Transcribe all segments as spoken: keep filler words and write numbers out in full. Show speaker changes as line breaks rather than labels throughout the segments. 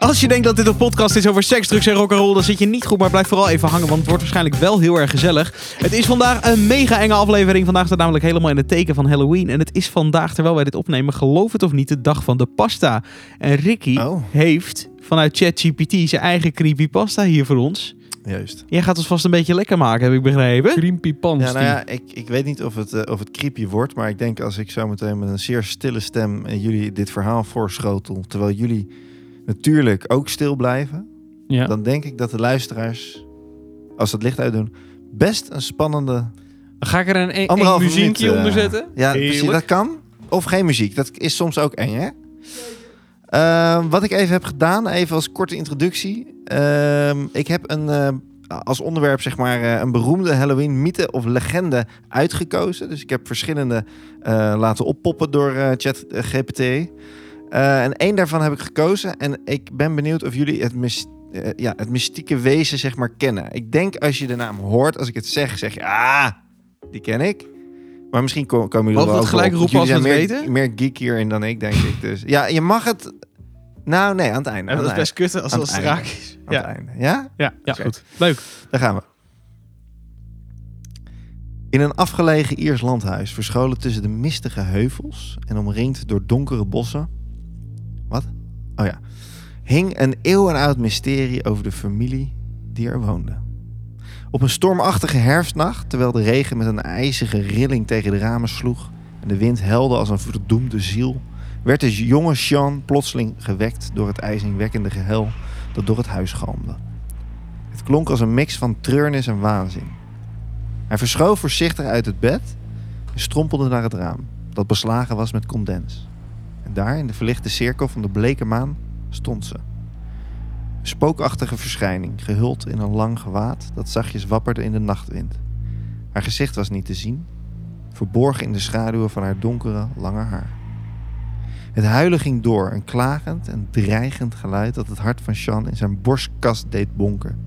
Als je denkt dat dit een podcast is over seks, drugs en rock'n'roll, dan zit je niet goed, maar blijf vooral even hangen, want het wordt waarschijnlijk wel heel erg gezellig. Het is vandaag een mega enge aflevering. Vandaag staat namelijk helemaal in het teken van Halloween. En het is vandaag, terwijl wij dit opnemen, geloof het of niet, de dag van de pasta. En Ricky oh. heeft vanuit ChatGPT zijn eigen creepypasta hier voor ons.
Juist.
Jij gaat ons vast een beetje lekker maken, heb ik begrepen.
Creepypasta.
Ja, nou ja, ik, ik weet niet of het, uh, of het creepy wordt, maar ik denk als ik zo meteen met een zeer stille stem uh, jullie dit verhaal voorschotel, terwijl jullie natuurlijk ook stil blijven, ja. dan denk ik dat de luisteraars, als ze het licht uitdoen, best een spannende...
Dan ga ik er een, een, een muziekje minuut, uh, onder zetten.
Ja, precies, dat kan. Of geen muziek. Dat is soms ook eng, hè? Uh, wat ik even heb gedaan, even als korte introductie. Uh, ik heb een, uh, als onderwerp zeg maar uh, een beroemde Halloween mythe of legende uitgekozen. Dus ik heb verschillende uh, laten oppoppen door uh, ChatGPT. Uh, en één daarvan heb ik gekozen. En ik ben benieuwd of jullie het, myst- uh, ja, het mystieke wezen zeg maar kennen. Ik denk als je de naam hoort, als ik het zeg, zeg je... Ah, die ken ik. Maar misschien komen jullie
wel
ook
gelijk
op.
roepen als we het
meer,
weten?
meer geek hierin dan ik, denk ik. Dus ja, je mag het... Nou, nee, aan het einde.
Ja,
aan
dat is
het
best kutten als het strak is.
Aan
Ja.
het einde. Ja?
Ja, ja
okay.
goed. Leuk.
Daar gaan we. In een afgelegen Iers landhuis, verscholen tussen de mistige heuvels en omringd door donkere bossen. Wat? Oh ja. Hing een eeuwenoud mysterie over de familie die er woonde. Op een stormachtige herfstnacht, terwijl de regen met een ijzige rilling tegen de ramen sloeg en de wind helde als een verdoemde ziel, werd de jonge Sean plotseling gewekt door het ijzingwekkende gehuil dat door het huis galmde. Het klonk als een mix van treurnis en waanzin. Hij verschoof voorzichtig uit het bed en strompelde naar het raam, dat beslagen was met condens. En daar, in de verlichte cirkel van de bleke maan, stond ze. Een spookachtige verschijning, gehuld in een lang gewaad dat zachtjes wapperde in de nachtwind. Haar gezicht was niet te zien, verborgen in de schaduwen van haar donkere, lange haar. Het huilen ging door, een klagend en dreigend geluid dat het hart van Sean in zijn borstkast deed bonken.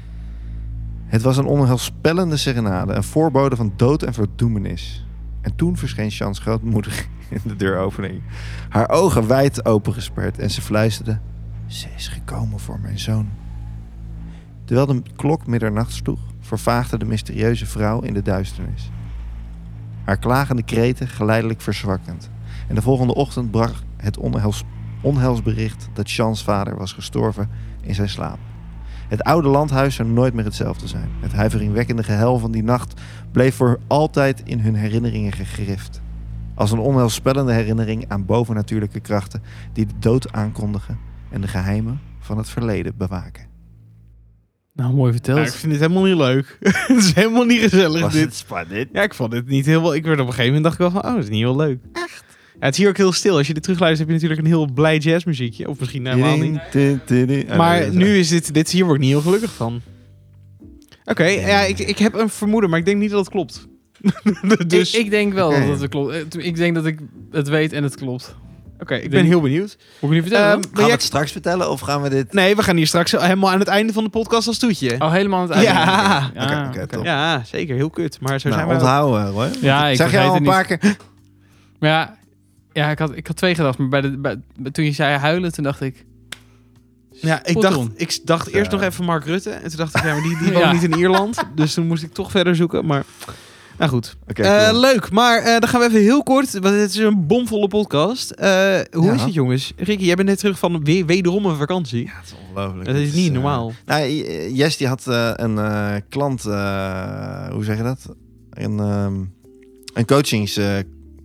Het was een onheilspellende serenade, een voorbode van dood en verdoemenis. En toen verscheen Sean's grootmoeder in de deuropening, haar ogen wijd opengesperd en ze fluisterde: "Ze is gekomen voor mijn zoon." Terwijl de klok middernacht sloeg, vervaagde de mysterieuze vrouw in de duisternis. Haar klagende kreten geleidelijk verzwakkend. En de volgende ochtend bracht het onheils, onheilsbericht dat Sean's vader was gestorven in zijn slaap. Het oude landhuis zou nooit meer hetzelfde zijn. Het huiveringwekkende gehuil van die nacht bleef voor altijd in hun herinneringen gegrift. Als een onheilspellende herinnering aan bovennatuurlijke krachten die de dood aankondigen en de geheimen van het verleden bewaken.
Nou, mooi verteld.
Ja, ik vind dit helemaal niet leuk. Het is helemaal niet gezellig.
Was
dit.
het spannend?
Ja, ik vond dit niet heel... Ik werd op een gegeven moment dacht ik wel van, oh, dat is niet heel leuk. Echt? Ja, het is hier ook heel stil. Als je dit terugluistert, heb je natuurlijk een heel blij jazzmuziekje. Of misschien helemaal niet. Maar nu is dit... Dit hier word ik niet heel gelukkig van. Oké, okay, ja, ik, ik heb een vermoeden, maar ik denk niet dat het klopt.
dus... ik, ik denk wel okay. dat het klopt. Ik denk dat ik het weet en het klopt.
Oké, okay, ik, ik ben heel benieuwd.
Moet ik nu vertellen? Um,
gaan we jij... het straks vertellen of gaan we dit...
Nee, we gaan hier straks helemaal aan het einde van de podcast als toetje.
Oh, helemaal aan het einde?
Ja.
Oké, okay, okay, okay,
ja, zeker. Heel kut. Maar zo
nou,
zijn we
onthouden, hoor.
Ja, ik
zeg je al een paar keer...
Maar ja, ja ik, had, ik had twee gedacht. Maar bij de, bij, toen je zei huilen, toen dacht ik...
Ja, ik dacht, ik dacht eerst uh. nog even Mark Rutte. En toen dacht ik, ja, maar die, die woont ja. niet in Ierland. Dus toen moest ik toch verder zoeken. Maar... Nou goed, okay, uh, cool. leuk. Maar uh, dan gaan we even heel kort, want het is een bomvolle podcast. Uh, hoe ja. is het, jongens? Ricky, jij bent net terug van weer, wederom een vakantie.
Ja, het is ongelooflijk.
Dat is niet uh, normaal.
Nou, Jess die had uh, een uh, klant, uh, hoe zeg je dat? Een, um, een coachingsdag,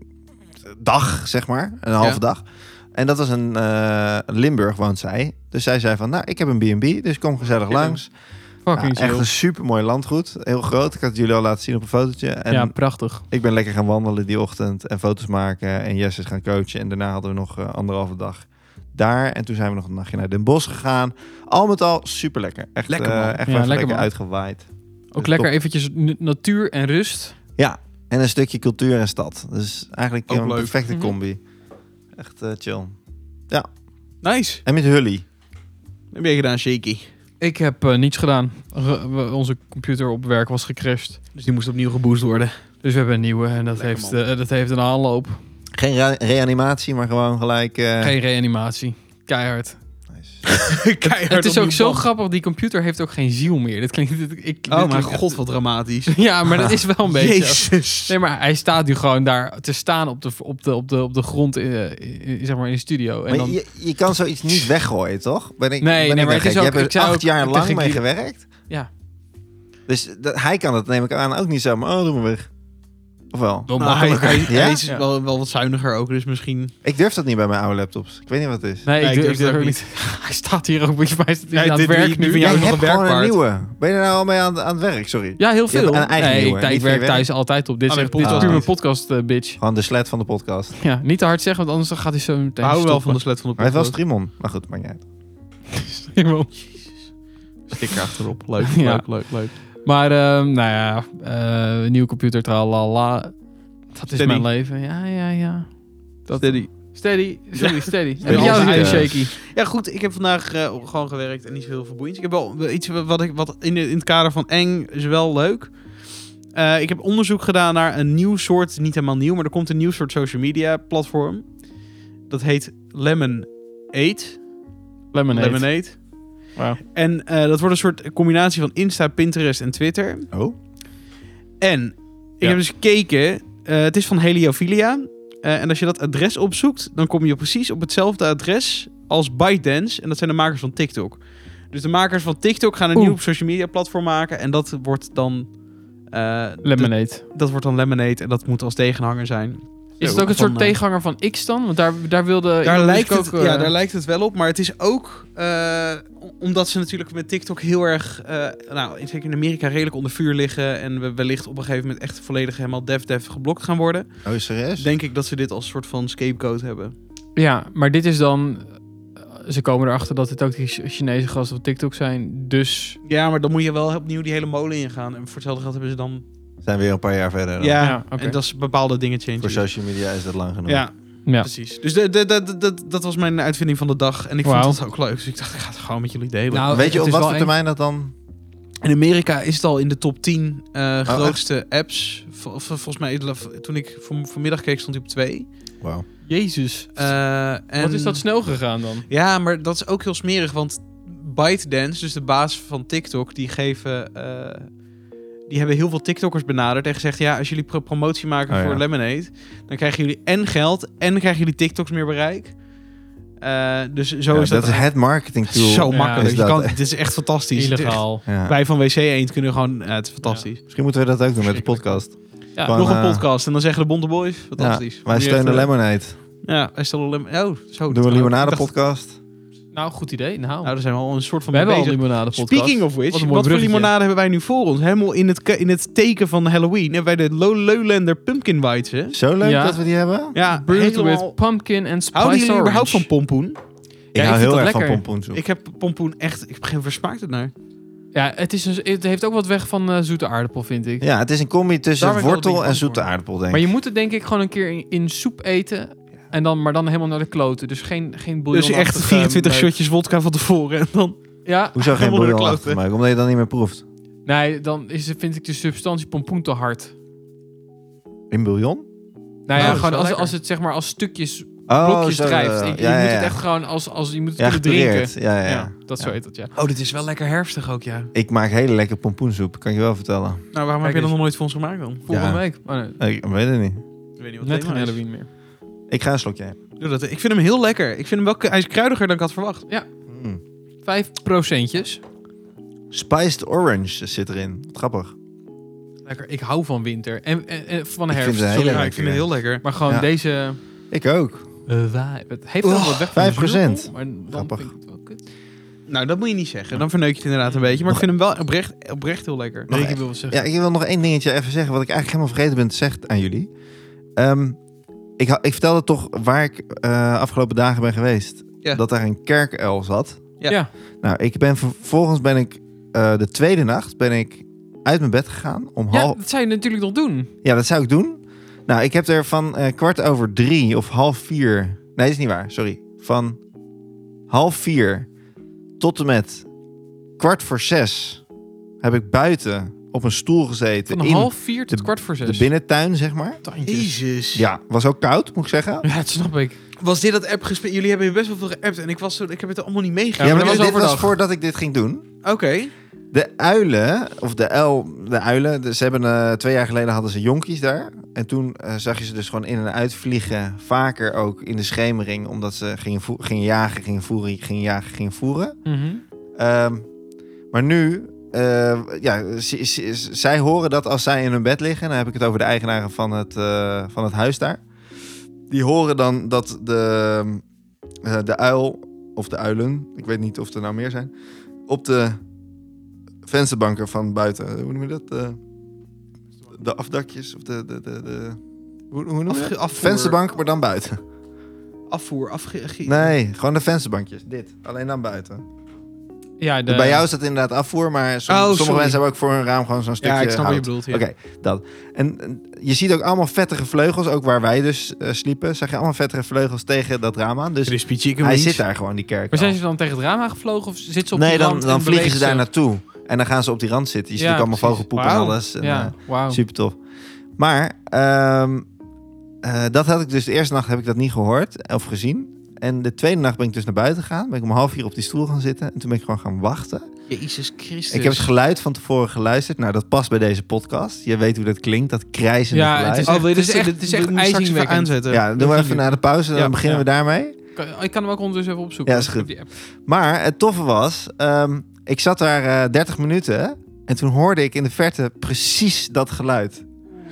uh, zeg maar. Een halve ja. dag. En dat was een uh, Limburg, woont zij. Dus zij zei van, nou, ik heb een B en B, dus kom gezellig ja. langs. Ja, echt een supermooi landgoed. Heel groot. Ik had het jullie al laten zien op een fotootje. En
ja, prachtig.
Ik ben lekker gaan wandelen die ochtend en foto's maken. En Jess is gaan coachen. En daarna hadden we nog uh, anderhalve dag daar. En toen zijn we nog een nachtje naar Den Bosch gegaan. Al met al super lekker. Echt lekker, uh, echt ja, lekker, lekker uitgewaaid.
Ook dus lekker top. Eventjes natuur en rust.
Ja, en een stukje cultuur en stad. Dus eigenlijk
ook
een
leuk.
perfecte combi. Mm-hmm. Echt uh, chill. Ja.
Nice.
En met Hully.
Wat heb je gedaan, Shaky?
Ik heb uh, niets gedaan. R- onze computer op werk was gecrashed.
Dus die moest opnieuw geboost worden.
Dus we hebben een nieuwe en dat, heeft, uh, dat heeft een aanloop.
Geen re- reanimatie, maar gewoon gelijk... Uh...
Geen reanimatie. Keihard.
Nice.
Keihard
Het is
op
ook
die
zo
band.
grappig, die computer heeft ook geen ziel meer. Dat klinkt... Ik,
Oh
dit
mijn
klinkt
god, wat dramatisch.
echt- Ja, maar dat is wel een beetje...
Jezus.
Nee, maar hij staat nu gewoon daar te staan op de, op de, op de, op de grond in, in, zeg maar in de studio. En
Maar
dan,
je, je kan zoiets niet weggooien, toch? Ben ik,
Nee,
ben
nee,
ik
maar het
gek?
is ook-
Je hebt
ik
er
zei
acht
ook-
jaar
ik
lang
dacht,
mee
ik-
gewerkt.
ja,
Dus dat, hij kan dat, neem ik aan, ook niet zomaar. Oh, doe maar weg. Of wel?
wel
Nou, hij,
makkelijker.
hij,
Ja?
hij is
Ja.
wel, wel wat zuiniger ook, dus misschien...
Ik durf dat niet bij mijn oude laptops. Ik weet niet wat het is.
Nee,
Nee,
ik
ik
durf
durf
het ook
het
niet. Hij staat hier ook, beetje bij
Ja,
aan het
dit-
werk
die- die
nu.
van jou
Jij
is nog
hebt
een
gewoon een
werkpaard.
nieuwe. Ben je er nou al mee aan, aan het werk? Sorry.
Ja, heel
Je hebt
veel.
een eigen
nee,
nieuwe,
ik,
niet
ik
voor je
werk thuis altijd op. Dit is,
Oh,
echt,
nee,
dit is puur
podcast.
mijn podcast, eh, bitch.
Gewoon de sled van de podcast.
Ja, niet te hard zeggen, want anders gaat hij zo meteen
We houden wel
stoppen.
van de sled van de
Hij heeft wel
podcast.
Streamon. Maar goed, maakt niet uit.
Sticker achterop. Leuk,
Ja.
leuk, leuk, leuk.
Maar, ehm, nou ja, eh nieuwe computer, tralala. Dat is
Steady.
mijn leven. Ja, ja, ja. Dat,
Steady.
Steady. Sorry, steady.
Steady.
En jou
Steady.
zit shaky.
Ja, goed. Ik heb vandaag eh, gewoon gewerkt en niet zo heel verboeiend. Ik heb wel iets wat, ik, wat in, in het kader van eng is wel leuk. Eh, ik heb onderzoek gedaan naar een nieuw soort, niet helemaal nieuw, maar er komt een nieuw soort social media platform. Dat heet Lemon eight.
Lemonade.
Lemonade.
Wauw.
En eh, dat wordt een soort combinatie van Insta, Pinterest en Twitter.
Oh?
En ik
Ja.
heb dus gekeken. eh, het is van Heliophilia. Eh, en als je dat adres opzoekt, dan kom je precies op hetzelfde adres als ByteDance. En dat zijn de makers van TikTok. Dus de makers van TikTok gaan een
Oeh.
nieuw social media platform maken. En dat wordt dan... eh, de-
Lemonade.
dat wordt dan Lemonade. En dat moet als tegenhanger zijn.
Is het ook een
Van,
soort
eh,
tegenhanger van X dan? Want daar, daar wilde...
Daar
iemand
lijkt,
dus
het,
ook, eh,
ja, daar lijkt het wel op. Maar het is ook... eh, omdat ze natuurlijk met TikTok heel erg... eh, nou, zeker in Amerika redelijk onder vuur liggen. En we wellicht op een gegeven moment echt volledig helemaal dev-dev geblokt gaan worden.
Oh, serieus?
Denk ik dat ze dit als soort van scapegoat hebben.
Ja, maar dit is dan... Ze komen erachter dat het ook die Chinese gasten op TikTok zijn. Dus...
Ja, maar dan moet je wel opnieuw die hele molen ingaan. En voor hetzelfde geld hebben ze dan...
Zijn we weer een paar jaar verder dan.
Ja,
Ja, oké.
en dat is bepaalde dingen change.
Voor social media is dat lang genoeg.
Ja,
Ja.
precies. Dus de, de, de, de- de- dat was mijn uitvinding van de dag. En ik
Wauw.
vond het ook leuk. Dus ik dacht, ik ga het gewoon met jullie delen.
Nou,
Weet je
het
op
is
wat
wel
voor
eng.
termijn dat dan...
In Amerika is het al in de top tien eh,
echt?
grootste apps. Vol- vol- volgens mij, toen ik van, vanmiddag keek, stond hij op twee.
Wauw.
Jezus.
Eh, en,
Wat is dat snel gegaan dan?
Ja, maar dat is ook heel smerig. Want ByteDance, dus de baas van TikTok, die geven... eh, die hebben heel veel TikTokkers benaderd en gezegd... ja, als jullie pro- promotie maken
Oh,
voor
ja.
Lemonade... dan krijgen jullie en geld en dan krijgen jullie TikToks meer bereik. Eh, dus zo
Ja,
is dat...
dat is het marketing tool.
zo
Ja,
makkelijk.
is
Je
dat
kan,
echt.
dit is echt fantastisch. Het is echt-
Illegaal.
Ja.
wij van W C Eend kunnen gewoon... ja, het is fantastisch.
Misschien moeten we dat ook doen met de podcast.
Ja,
Gewoon,
Nog een
eh,
podcast en dan zeggen de Bonte Boys... fantastisch.
Wij
Moet je
steunen
echt, eh,
Lemonade.
Ja, wij stellen Lemonade... Oh, zo.
Doen we een limonade
Ik dacht-
podcast?
Nou, goed idee. Nou,
Nou, daar zijn we al een soort van
we
mee
hebben al een
bezig.
limonade podcast.
Speaking of which,
Wat
wat,
een mooi
voor
bruggetje.
limonade hebben wij nu voor ons? Helemaal in het, ke- in het teken van Halloween hebben wij de Low Lowlander Pumpkin Whites, hè?
Zo leuk
Ja.
dat we die hebben.
Ja,
Brewed
helemaal...
with pumpkin and spice
Houden jullie
orange.
überhaupt van pompoen?
Ik
ik
hou
vind
heel
dat
erg van
lekker.
pompoensoep.
Ik heb pompoen echt... Ik begin versmaakt het naar.
Ja, het, is een, het heeft ook wat weg van eh, zoete aardappel, vind ik.
Ja, het is een combi tussen
Daar ben ik wel een
wortel
beetje
en
bang
zoete
voor.
aardappel, denk
Maar
ik.
je moet het denk ik gewoon een keer in, in soep eten. En dan, maar dan helemaal naar de kloten. Dus geen, geen bouillon.
Dus je echt vierentwintig shotjes wodka van tevoren en dan...
Ja,
Hoezo geen
helemaal door de
bouillon
kloten.
maken? Omdat je dan niet meer proeft.
nee, dan is, het- vind ik de substantie pompoen te hard.
In bouillon?
Nou ja,
dat is
gewoon
wel
als,
lekker.
als het zeg maar als stukjes
Oh,
blokjes
zo,
drijft.
eh,
Ik- je
ja, ja,
moet
ja.
het echt gewoon als, als je moet het
Ja,
kunnen drinken.
gepureerd. Ja, ja,
Ja,
ja.
dat zo
Ja.
heet dat, ja.
Oh, dit is wel lekker herfstig ook, ja.
Ik maak hele lekkere pompoensoep, kan ik je wel vertellen.
Nou, waarom
Kijk
heb je dat
eens.
nog nooit voor ons gemaakt dan?
Volgende
Ja.
week. Oh, nee.
Ik weet het niet.
Ik weet niet wat
Net
het
geen
thema is.
Halloween meer.
Ik ga een slokje nemen.
Doe dat. Ik vind hem heel lekker. Ik vind hem wel... Hij is kruidiger dan ik had verwacht.
Mm.
Vijf procentjes.
Spiced orange zit erin. Wat grappig.
Lekker. Ik hou van winter. En, en, en van
Ik
herfst.
vind het
Sorry.
hele
Ja, ik vind het heel lekker.
Maar gewoon
Ja.
deze...
Ik ook.
Uh, vibe. Het heeft wel
Oh,
wat weg van
vijf procent.
zuurkool, maar dan
Grappig.
vind ik het wel kut.
Nou, dat moet je niet zeggen. Dan verneuk je het inderdaad een beetje. Maar ik vind hem wel oprecht, oprecht heel lekker.
Nog
Nee,
e-
ik wil wel zeggen.
Ja, ik wil nog één dingetje even zeggen, wat ik eigenlijk helemaal vergeten ben te zeggen aan jullie. Ehm, ik, ha- ik vertelde toch waar ik eh, afgelopen dagen ben geweest.
Ja.
Dat daar een kerkuil zat.
Ja.
Ja.
Nou, ik ben vervolgens ben ik eh, de tweede nacht ben ik uit mijn bed gegaan om
Ja,
half.
dat zou je natuurlijk nog doen.
Ja, dat zou ik doen. Nou, ik heb er van eh, kwart over drie of half vier. Nee, dat is niet waar. Sorry. Van half vier tot en met kwart voor zes heb ik buiten op een stoel gezeten
Van
in
half vier tot
de-
kwart voor zes.
de binnentuin, zeg maar.
Tandjes.
Jezus.
Ja, was ook koud, moet ik zeggen.
Ja, dat snap ik.
Was dit dat app gespeeld? Jullie hebben best wel veel geappt en ik, was zo, ik heb het allemaal niet meegekregen.
Ja, maar
dat
dit,
was
dit was
overdag.
voordat ik dit ging doen.
Oké.
De uilen, of de uil, de uilen, de- ze hebben uh, twee jaar geleden hadden ze jonkies daar. En toen uh, zag je ze dus gewoon in en uit vliegen. Vaker ook in de schemering, omdat ze gingen, vo- gingen jagen, gingen voeren, gingen jagen, gingen voeren.
Mm-hmm.
Um, maar nu, uh, ja, z- z- z- zij horen dat als zij in hun bed liggen. Dan heb ik het over de eigenaren van het, uh, van het huis daar. Die horen dan dat de, uh, de uil, of de uilen, ik weet niet of er nou meer zijn, op de vensterbanken van buiten, hoe noem je dat? Uh, de afdakjes, of de, de, de, de hoe, hoe noem je
Afge-
dat?
afvoer.
Vensterbank, maar dan buiten.
Afvoer, afge...
Nee, gewoon de vensterbankjes, dit, alleen dan buiten.
Ja, de...
Bij jou is dat inderdaad afvoer, maar som-
Oh,
sommige
sorry.
mensen hebben ook voor hun raam gewoon zo'n stukje
Ja, ik snap wat je
hout.
bedoelt. Ja.
Oké, dat. En, en je ziet ook allemaal vettige vleugels, ook waar wij dus uh, sliepen. Zag je allemaal vettige vleugels tegen dat raam aan. Dus
Crispy chicken
hij
wings.
zit daar gewoon, die kerk.
Maar zijn
al.
ze dan tegen het raam aangevlogen of zitten ze op
Nee,
die
dan,
rand
dan
en
vliegen
bewegen
ze daar naartoe. En dan gaan ze op die rand zitten. Je ziet
Ja,
ook allemaal
precies.
vogelpoep en
Wauw.
alles. En,
Ja,
uh,
wauw.
super tof. Maar um, uh, dat had ik dus de eerste nacht heb ik dat niet gehoord of gezien. En de tweede nacht ben ik dus naar buiten gegaan. Ben ik om half vier op die stoel gaan zitten. En toen ben ik gewoon gaan wachten.
Jezus Christus.
Ik heb het geluid van tevoren geluisterd. Nou, dat past bij deze podcast. Je weet hoe dat klinkt, dat krijzende
Ja,
geluid.
het is
Oh, wil je
Het
dit
is echt-
dit-
het is
dit
echt
moet ik straks even
ijzingwekkend.
aanzetten.
ja, doen
Dat
we
vind
even
ik.
na de pauze. Dan
Ja,
beginnen
ja.
we daarmee.
Kan- Ik kan hem ook ondertussen even opzoeken.
Ja, is
Ik
goed.
heb die app.
Maar het toffe was, um, ik zat daar uh, dertig minuten. En toen hoorde ik in de verte precies dat geluid.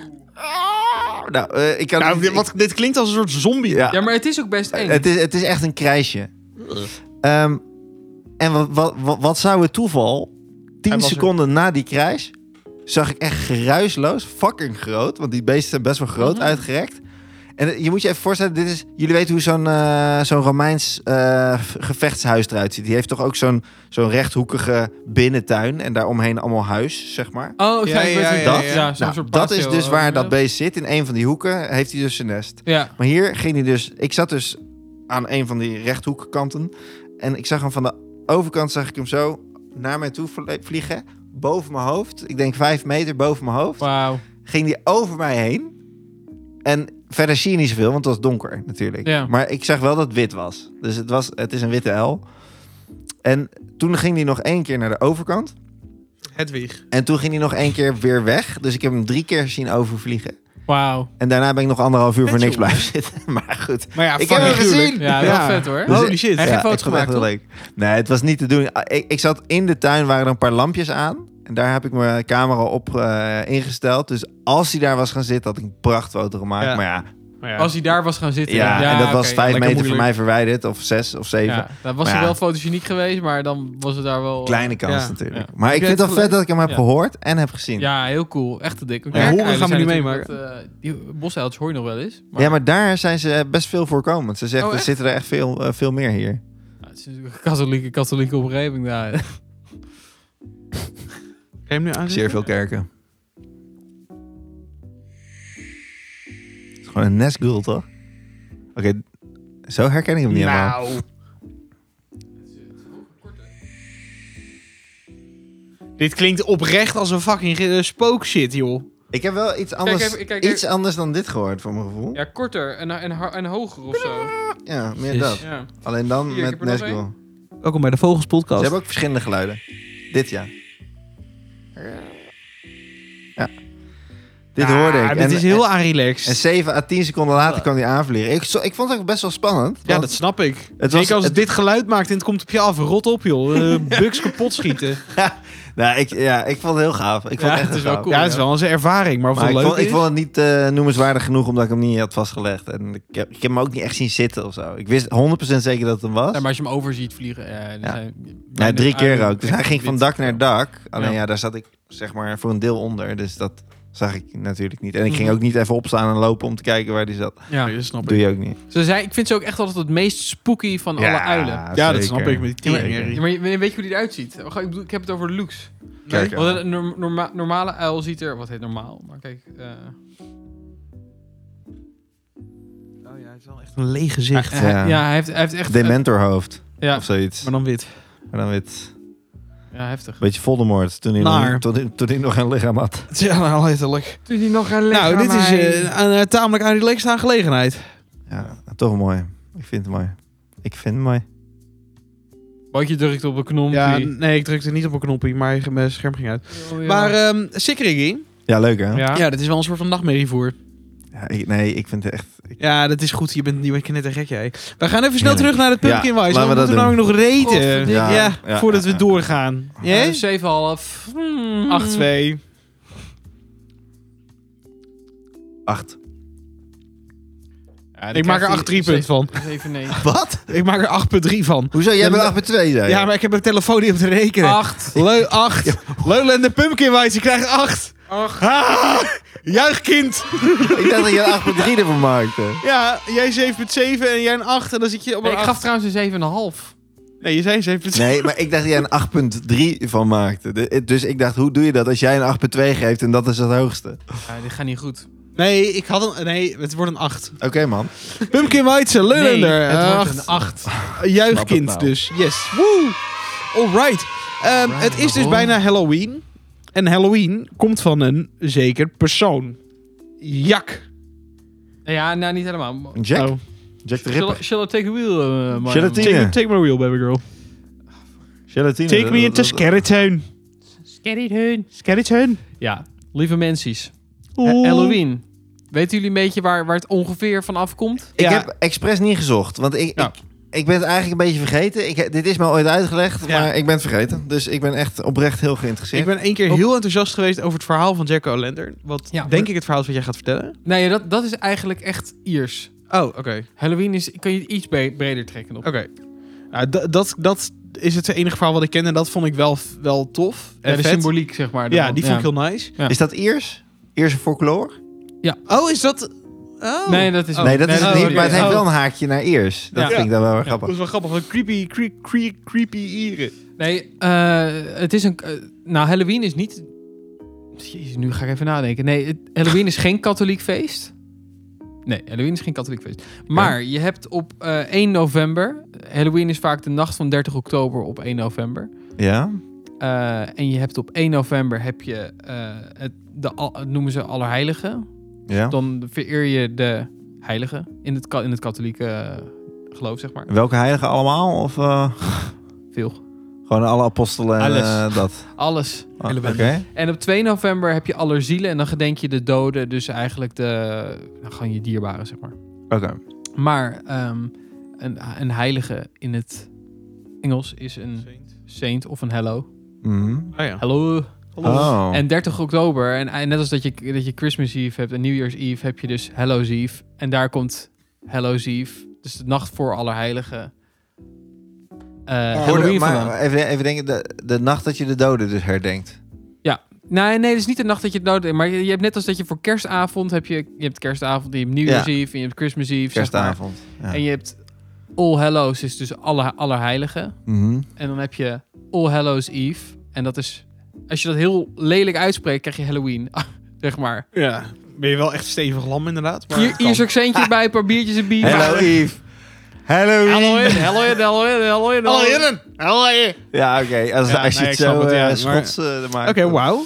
Nou, uh, ik kan
Nou,
niet-
dit, wat, dit klinkt als een soort zombie.
Ja.
Ja, maar het is ook best eng.
Het is, het is echt een krijsje. Um, en wat, wat, wat, wat zou het toeval? Tien
Hij was er.
seconden na die crash zag ik echt geruisloos, fucking groot, want die beesten zijn best wel groot
Mhm.
uitgerekt. En je moet je even voorstellen, dit is, jullie weten hoe zo'n uh, zo'n Romeins uh, gevechtshuis eruit ziet. Die heeft toch ook zo'n zo'n rechthoekige binnentuin en daaromheen allemaal huis, zeg maar.
Oh,
Ja,
ja, ik weet
ja,
het.
ja,
Dat,
ja.
ja, zo'n
Nou,
soort
dat is
patio,
dus
eh,
waar dat
ja.
beest zit. In een van die hoeken heeft hij dus zijn nest.
Ja.
Maar hier ging hij dus... Ik zat dus aan een van die rechthoekkanten. En ik zag hem van de overkant, zag ik hem zo naar mij toe vlie- vliegen. Boven mijn hoofd. Ik denk vijf meter boven mijn hoofd.
Wauw.
Ging die over mij heen. En verder zie je niet zoveel, want het was donker natuurlijk.
Ja.
Maar ik zag wel dat het wit was. Dus het, was, het is een witte L. En toen ging hij nog één keer naar de overkant.
Hedwig.
En toen ging hij nog één keer weer weg. Dus ik heb hem drie keer zien overvliegen.
Wauw.
En daarna ben ik nog anderhalf uur voor
Vet,
niks
jongen.
blijven zitten. Maar goed.
Maar ja,
Ik heb hem
fucking
gezien.
gruwelijk.
Ja,
Ja.
wel vet hoor.
Dus
Holy shit.
Hij heeft
ja,
geen
ik
foto's
vond het echt
gemaakt,
heel leuk. Nee, het was niet te doen. Ik, ik zat in de tuin, waren er een paar lampjes aan. En daar heb ik mijn camera op uh, ingesteld. Dus als hij daar was gaan zitten, had ik een prachtfoto gemaakt.
Ja.
Maar ja,
Maar ja.
Als hij daar was gaan zitten.
ja, en dat was
oké,
vijf
ja,
meter
lekker
van mij verwijderd. Of zes of zeven.
Ja, dan was
Maar
hij
ja.
wel fotogeniek geweest, maar dan was het daar wel...
Kleine kans
Ja.
natuurlijk.
Ja.
Maar ik
Heb je
vind het
het
wel vet
gelezen?
dat ik hem heb
Ja.
gehoord en heb gezien. Ja.
Ja, heel cool. Echt te dik. Ook
Ja, horen
kerkuilen
gaan we
zijn
nu
natuurlijk
meemaken.
wat, uh, die bosuiltjes hoor je nog wel eens. Maar,
maar daar zijn ze best veel voorkomend. Ze zegt,
Oh,
er
echt?
zitten er echt veel, uh, veel meer hier.
Ja, het is natuurlijk een katholieke, katholieke omgeving daar.
Kan je hem nu aanzetten?
Zeer veel kerken. Het is gewoon een nestgul, toch? Oké, okay, zo herken ik hem niet helemaal.
Nou. Dit klinkt oprecht als een fucking uh, spookshit, joh.
Ik heb wel iets anders,
even, kijk
iets
even.
anders dan dit gehoord, voor mijn gevoel. Ja,
Ja, korter en, en, en hoger of zo.
meer
Jezus.
dat.
Ja.
Alleen dan
Hier, ik
met
heb er nog
nestgul.
Welkom bij de Vogels
Ze
Podcast.
hebben ook verschillende geluiden. Dit, ja. Ja. Dit
Ja,
hoorde ik.
Dit
En-
is heel
en,
relaxed.
en zeven à tien seconden later kwam hij aanvliegen. Ik, zo- ik vond het ook best wel spannend.
Ja,
want-
dat snap ik.
Het
Zeker
was-
als het
het-
dit geluid maakt en het komt op je af. Rot op, joh. Uh, bugs kapot schieten.
Nou, ik, ja, ik vond het heel gaaf. Ik vond
Ja,
het echt
het is
heel
wel
gaaf.
cool.
Ja, het is wel een ervaring. Maar of
Maar
het
ik
leuk
vond, ik
is...
vond het niet uh, noemenswaardig genoeg omdat ik hem niet had vastgelegd. En ik heb, ik heb hem ook niet echt zien zitten of zo. Ik wist honderd procent zeker dat het hem was.
Ja, maar als je hem over ziet vliegen... Ja, er
Ja.
zijn
Ja,
weinig
drie keer
uilen.
ook. Dus hij
Echt
ging van
wit.
dak naar dak. Alleen
Ja.
ja, daar zat ik zeg maar voor een deel onder. Dus dat zag ik natuurlijk niet. En ik ging
Mhm.
ook niet even opstaan en lopen om te kijken waar die zat.
Ja.
Ja, dat snap
Doe
ik.
je ook niet.
Ze zei, ik vind ze ook echt altijd het meest spooky van alle uilen.
Ja, dat
zeker.
snap ik met die
Ja, maar,
tering.
ja, maar je- weet je hoe die eruit ziet? Ik, bedoel, ik heb het over de looks.
Kijk,
Want een norm- norma- normale uil ziet er... Wat heet normaal? Maar kijk... eh,
Oh ja, het is wel echt een leeg gezicht.
hij-
Ja.
ja, hij heeft, hij heeft echt...
Dementorhoofd
ja,
of zoiets.
Maar dan wit.
Maar dan wit.
ja, heftig.
Beetje Voldemort toen hij,
Naar.
nog, toen, hij- toen hij nog een lichaam had.
Ja, nou, letterlijk.
Toen hij nog een
Nou, dit is uh, een uh, tamelijk relaxed aangelegenheid.
Ja, toch mooi. Ik vind het mooi. Ik vind het mooi.
Want je drukt op een knopje.
Ja, nee, ik drukte niet op een knopje, maar mijn scherm ging uit.
Oh, ja.
Maar um, sick, Ricky.
Ja, leuk hè?
ja.
Ja, dit is wel een soort van nachtmerrievoer.
Ja, ik, nee, ik vind het echt... Ik,
Ja, dat is goed. Je bent niet knettergek, jij. We gaan even snel
Ja.
terug naar het Pumpkin
Ja,
Wise.
laten
want
we
we
dat
moeten nou nog reten.
Godverdikke.
Ja,
Ja, ja,
voordat
ja,
we
ja.
doorgaan.
Ja,
Ja?
dus zeven komma vijf. Hmm.
acht twee.
acht.
Ja,
Ik maak er acht drie punt van.
zeven nee.
Wat?
Ik maak er acht punt drie van.
Hoezo? Jij bent acht bij twee, zei je?
Ja, maar ik heb mijn telefoon niet op te rekenen.
acht.
Leu acht. Lowland de Pumpkin Wise, je krijgt acht.
acht.
Ah, juich kind.
Ik dacht dat je een acht bij drie ervan maakte.
Ja, jij zeven punt zeven en jij een acht. En dan zit je op een
Nee, ik
acht.
gaf trouwens een zeven komma vijf.
Nee, je zei zeven punt zeven.
Nee, maar ik dacht dat jij een acht punt drie van maakte. De- Dus ik dacht, hoe doe je dat als jij een acht punt twee geeft en dat is het hoogste?
Ja, dit gaat niet goed.
Nee, ik had een... Nee, het wordt een acht.
Oké, man.
Pumpkin Wise, Leulander.
Nee, het
eh,
wordt
acht.
een acht.
Juichkind
Snap het nou.
dus. Yes. Woe. Alright. Ehm,
Right,
het is dus
waarom?
bijna Halloween. En Halloween komt van een zeker persoon. Jak.
Ja, nou niet helemaal.
Jack?
Oh.
Jack de
Shall,
Ripper.
shall I take a wheel? Uh, my-
Gelatine.
Take, take my wheel, baby girl.
Gelatine.
Take me
dat-
into
dat-
Scary Town.
Scary Town.
Scary Town.
Ja, lieve mensies. Ha-
Oeh.
Halloween. Weten jullie een beetje waar, waar het ongeveer van afkomt?
Ik
Ja.
heb expres niet gezocht, want ik,
Ja.
ik, ik ben het eigenlijk een beetje vergeten. Ik, dit is me ooit uitgelegd,
Ja.
maar ik ben het vergeten. Dus ik ben echt oprecht heel geïnteresseerd.
Ik ben één keer heel enthousiast geweest over het verhaal van Jack O'Lantern. Wat
Ja,
denk
maar-
ik het verhaal is wat jij gaat vertellen.
Nee, dat, dat is eigenlijk echt Iers.
Oh, oké. Oké.
Halloween is, kan je het iets bre- breder trekken op.
Nou, d- dat, dat is het enige verhaal wat ik ken en dat vond ik wel, wel tof.
Ja,
En
de
vet.
symboliek, zeg maar.
Ja,
ervan.
die vond ik heel nice.
Ja.
Is dat Iers? Ierse folklore?
Oh, is dat... Oh.
Nee, dat is
Oh.
nee, dat is
nee,
het
oh,
niet, maar het
oké.
heeft
Oh.
wel een haakje naar Iers. Dat
Ja.
vind ik dan wel erg
Ja,
grappig.
dat is wel grappig. Een creepy, creepy, creepy, creepy Ieren.
Nee, eh, het is een... eh, nou, Halloween is niet... Jezus, nu ga ik even nadenken. Nee, het- Halloween is geen katholiek feest. Nee, Halloween is geen katholiek feest. Maar je hebt op eh, één november... Halloween is vaak de nacht van dertig oktober op één november.
Ja?
Eh, en je hebt op één november heb je... eh, het, de, al- het noemen ze Allerheiligen.
Ja?
Dan vereer je de heiligen in het, ka- in het katholieke eh, geloof, zeg maar.
Welke heiligen allemaal? Of uh,
Veel.
gewoon alle apostelen en
Alles.
uh, dat?
Alles.
Ah,
Hele
Oké.
bende.
En op twee november heb je Allerzielen en dan gedenk je de doden, dus eigenlijk de, nou, gewoon je dierbaren, zeg maar.
Oké.
Maar ehm, een, een heilige in het Engels is een saint of een hello.
Mhm.
Oh ja.
Hello.
Oh.
En dertig oktober, en, en net als dat je, dat je Christmas Eve hebt en New Year's Eve, heb je dus Hallows Eve. En daar komt Hallows Eve, dus de nacht voor Allerheiligen. Eh Halloween
maar
vandaan.
even, even denken, de, de nacht dat je de doden dus herdenkt.
Nee, nee, het is niet de nacht dat je het dood... Maar je, je hebt net als dat je voor kerstavond heb je... Je hebt kerstavond, je hebt New Year's
Ja.
Eve en je hebt Christmas Eve. zeg maar.
Kerstavond. Ja.
En je hebt All Hallows, is dus alle, Allerheiligen.
Mhm.
En dan heb je All Hallows Eve. En dat is... Als je dat heel lelijk uitspreekt, krijg je Halloween. zeg maar.
Ja. Ben je wel echt stevig lam inderdaad. Maar
Hier,
het kan.
hier is accentje bij, een paar biertjes en bier.
Hallo Eve. Hallo
Halloween,
Eve.
Halloween, Halloween, Halloween.
Hallo heren. Hallo heren.
Ja, oké. Als,
Ja,
als je
nee,
het
ik snap
zo
het, ja,
uh,
maar-
Schots uh, maakt.
Oké, wauw.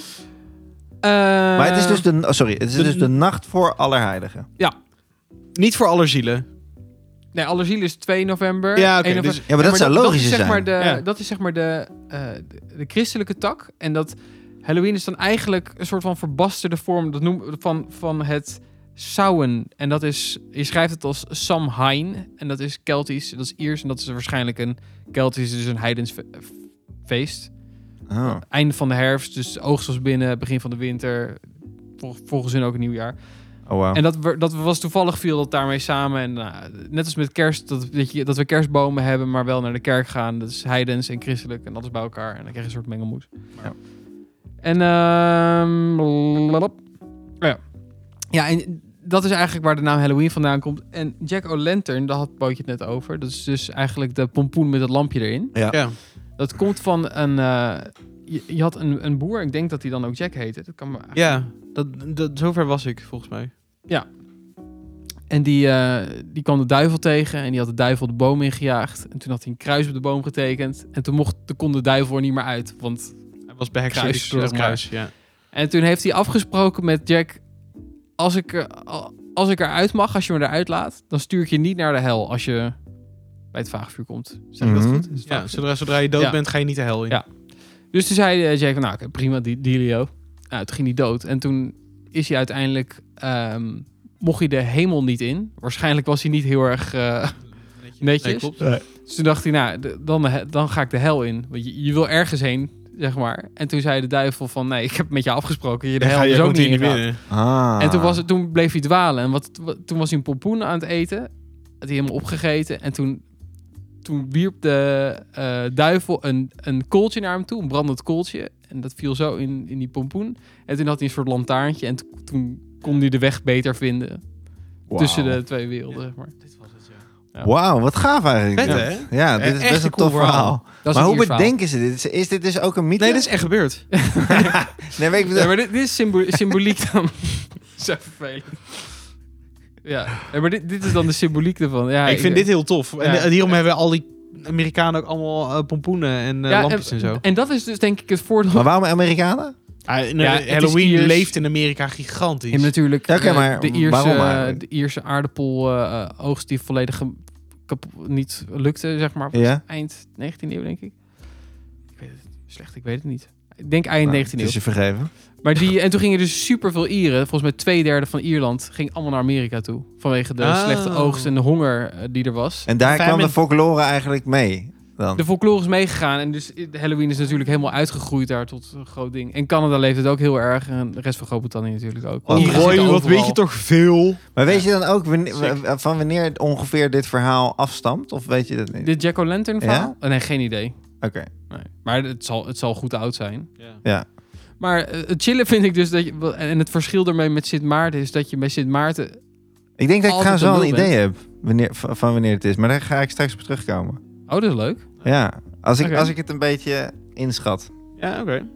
Maar het is dus de, oh, sorry, het is
de-
dus de nacht voor Allerheiligen.
Niet voor alle zielen.
Nee, Allerzielen is twee november.
Ja, oké,
één november.
dus-
Ja, maar dat zou
dat
logisch
is zeg
zijn.
maar de,
Ja.
Dat is zeg maar de, eh, de, de christelijke tak. En dat Halloween is dan eigenlijk een soort van verbasterde vorm dat noem, van, van het Samhain. En dat is, je schrijft het als Samhain. En dat is Keltisch, dat is Iers. En dat is waarschijnlijk een Keltisch, dus een heidens fe- feest.
Oh.
Einde van de herfst, dus de oogst was binnen, begin van de winter. Vol, volgens hun ook een nieuwjaar.
Oh, wow.
En dat, we- dat was toevallig viel dat daarmee samen. En nou, net als met kerst, dat, dat, je, dat we kerstbomen hebben, maar wel naar de kerk gaan. Dat is heidens en christelijk en alles bij elkaar. En dan krijg je een soort mengelmoes.
Ja.
En, ehm blablabla. Oh ja. Ja, en dat is eigenlijk waar de naam Halloween vandaan komt. En Jack O'Lantern, daar had Bootje het net over. Dat is dus eigenlijk de pompoen met het lampje erin.
Ja.
Ja.
Dat komt van een... eh, je, je had een, een boer, ik denk dat hij dan ook Jack heette. Dat kan me
Ja, dat, dat, zover was ik volgens mij.
En die, eh, die kwam de duivel tegen en die had de duivel de boom ingejaagd. En toen had hij een kruis op de boom getekend. En toen, mocht, toen kon de duivel er niet meer uit. Want...
Hij was behekst
Kruis,
door het
zeg maar.
kruis. Ja.
En toen heeft hij afgesproken met Jack... Als ik, er- als ik eruit mag, als je me eruit laat... dan stuur ik je niet naar de hel als je bij het vaagvuur komt. Zeg ik dat
Mhm.
goed? Is het
Ja,
vaagvuur?
zodra, zodra je dood
Ja.
bent, ga je niet de hel in.
Ja. Dus toen zei uh, Jake van, nou oké, prima, die dealio. Nou, toen ging hij dood. En toen is hij uiteindelijk... Um, mocht hij de hemel niet in. Waarschijnlijk was hij niet heel erg uh, netjes.
Nee, klopt.
Dus toen dacht hij, nou, de, dan, dan ga ik de hel in. Want je, je wil ergens heen, zeg maar. En toen zei de duivel van, nee, ik heb met je afgesproken. Je de hel is ook niet in binnen.
Ah.
En toen, was het, toen bleef hij dwalen. En wat, wat, toen was hij een pompoen aan het eten. Had hij helemaal opgegeten. En toen, toen wierp de uh, duivel een, een kooltje naar hem toe. Een brandend kooltje. En dat viel zo in, in die pompoen. En toen had hij een soort lantaarntje. En to, toen kon hij de weg beter vinden.
Wow.
Tussen de twee werelden, zeg maar.
Dit was het, ja.
Ja.
Wauw, wat gaaf eigenlijk.
Vet,
ja.
hè?
Ja, dit is
Echt
best een
een cool
tof verhaal.
verhaal.
Dat is
Maar
een
hoe
Iers verhaal.
bedenken ze dit? Is, is dit dus ook een mythe?
Nee, dit is echt gebeurd.
nee, maar ik bedoel...
Ja, maar dit, dit is symbo symboliek dan. Zo vervelend. Ja, ja, maar dit, dit is dan de symboliek ervan. Ja,
ik vind dit heel tof. En
Ja.
uh, hierom hebben al die Amerikanen ook allemaal uh, pompoenen en uh,
ja,
lampjes en, zo.
En dat is dus denk ik het voordeel.
Maar waarom Amerikanen?
Uh,
Ja, het is
Halloween
Iers.
leeft in Amerika gigantisch.
En natuurlijk
Ja, oké,
uh,
maar
de, Ierse,
waarom eigenlijk?
de Ierse aardappel uh, oogst die volledig ge- kap- niet lukte, zeg maar.
Ja?
Eind negentiende eeuw, denk ik. Ik weet het slecht, ik weet het niet. Ik denk eind
Nou,
negentiende
het
eeuw.
is je vergeven.
Maar die, en toen gingen dus superveel Ieren, volgens mij twee derde van Ierland, ging allemaal naar Amerika toe. Vanwege de
Oh.
slechte oogst en de honger uh, die er was.
En daar
Famine.
kwam de folklore eigenlijk mee. Dan.
De folklore is meegegaan en dus de Halloween is natuurlijk helemaal uitgegroeid daar tot een groot ding. En Canada leeft het ook heel erg en de rest van Groot-Brittannië natuurlijk ook.
Oh,
Ieren
Roy,
zitten
wat
overal.
weet je toch veel?
Maar weet je dan ook wanneer,
Sick.
van wanneer ongeveer dit verhaal afstamt? Of weet je dat niet?
Dit Jack-o'-lantern verhaal? Oh, nee, geen idee.
Oké.
Nee. Maar het zal, het zal goed oud zijn.
Ja.
Ja.
Maar uh, het chillen vind ik dus dat je... En het verschil daarmee met Sint Maarten is dat je bij Sint Maarten...
Ik denk dat ik
Altijd
trouwens wel
een
een
lul
idee heb wanneer, van van wanneer het is. Maar daar ga ik straks op terugkomen.
Oh, dat is leuk.
Ja, als ik,
Oké.
als ik het een beetje inschat.
Ja, oké.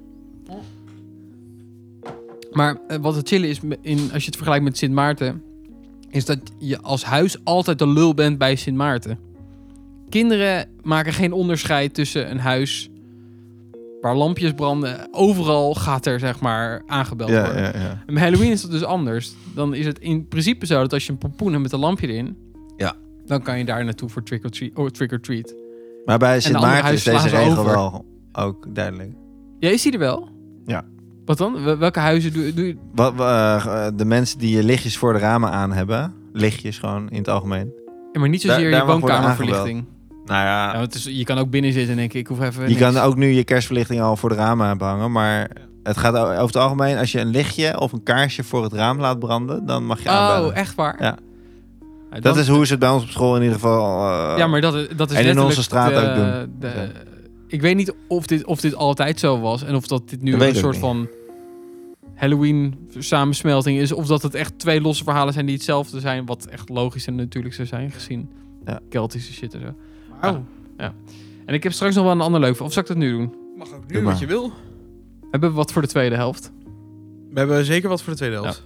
Maar uh, wat het chillen is, in, als je het vergelijkt met Sint Maarten... is dat je als huis altijd de lul bent bij Sint Maarten. Kinderen maken geen onderscheid tussen een huis... waar lampjes branden. Overal gaat er, zeg maar, aangebeld
Ja,
worden.
ja, ja.
En bij Halloween is dat dus anders. Dan is het in principe zo dat als je een pompoen hebt met een lampje erin...
Ja.
dan kan je daar naartoe voor trick or treat. Oh, trick or treat.
Maar bij Sint
andere
Maarten is
huizen
deze
slaan ze
regel
over.
wel ook duidelijk.
Ja, is die er wel?
Ja.
Wat dan? Wel- Welke huizen doe, doe je?
Wat, uh, de mensen die lichtjes voor de ramen aan hebben. Lichtjes gewoon in het algemeen.
Ja, maar niet
Daar-
zozeer
daar
je
mag worden
woonkamerverlichting.
Nou ja,
Ja, want het is, je kan ook binnen zitten en denken, ik hoef even
je
niks.
kan ook nu je kerstverlichting al voor de ramen aanhangen. Maar het gaat o- over het algemeen, als je een lichtje of een kaarsje voor het raam laat branden, dan mag je aanbellen.
Oh, echt waar?
Ja.
Ja,
Dat
dan-
is hoe ze het bij ons op school in ieder geval... uh,
Ja, maar dat, is- dat is
en in
letterlijk
onze straat
de-
ook doen.
de-
Ja.
Ik weet niet of dit, of dit altijd zo was en of dat dit nu
Dat weet
een
ik
soort
niet.
van Halloween samensmelting is. Of dat het echt twee losse verhalen zijn die hetzelfde zijn. Wat echt logisch en natuurlijk zou zijn gezien
Ja.
Keltische shit en zo.
Wauw.
En ik heb straks nog wel een ander leuk. Of zal ik dat nu doen?
Mag ook
Doe
nu
maar.
wat je wil.
Hebben we wat voor de tweede helft?
We hebben zeker wat voor de tweede helft.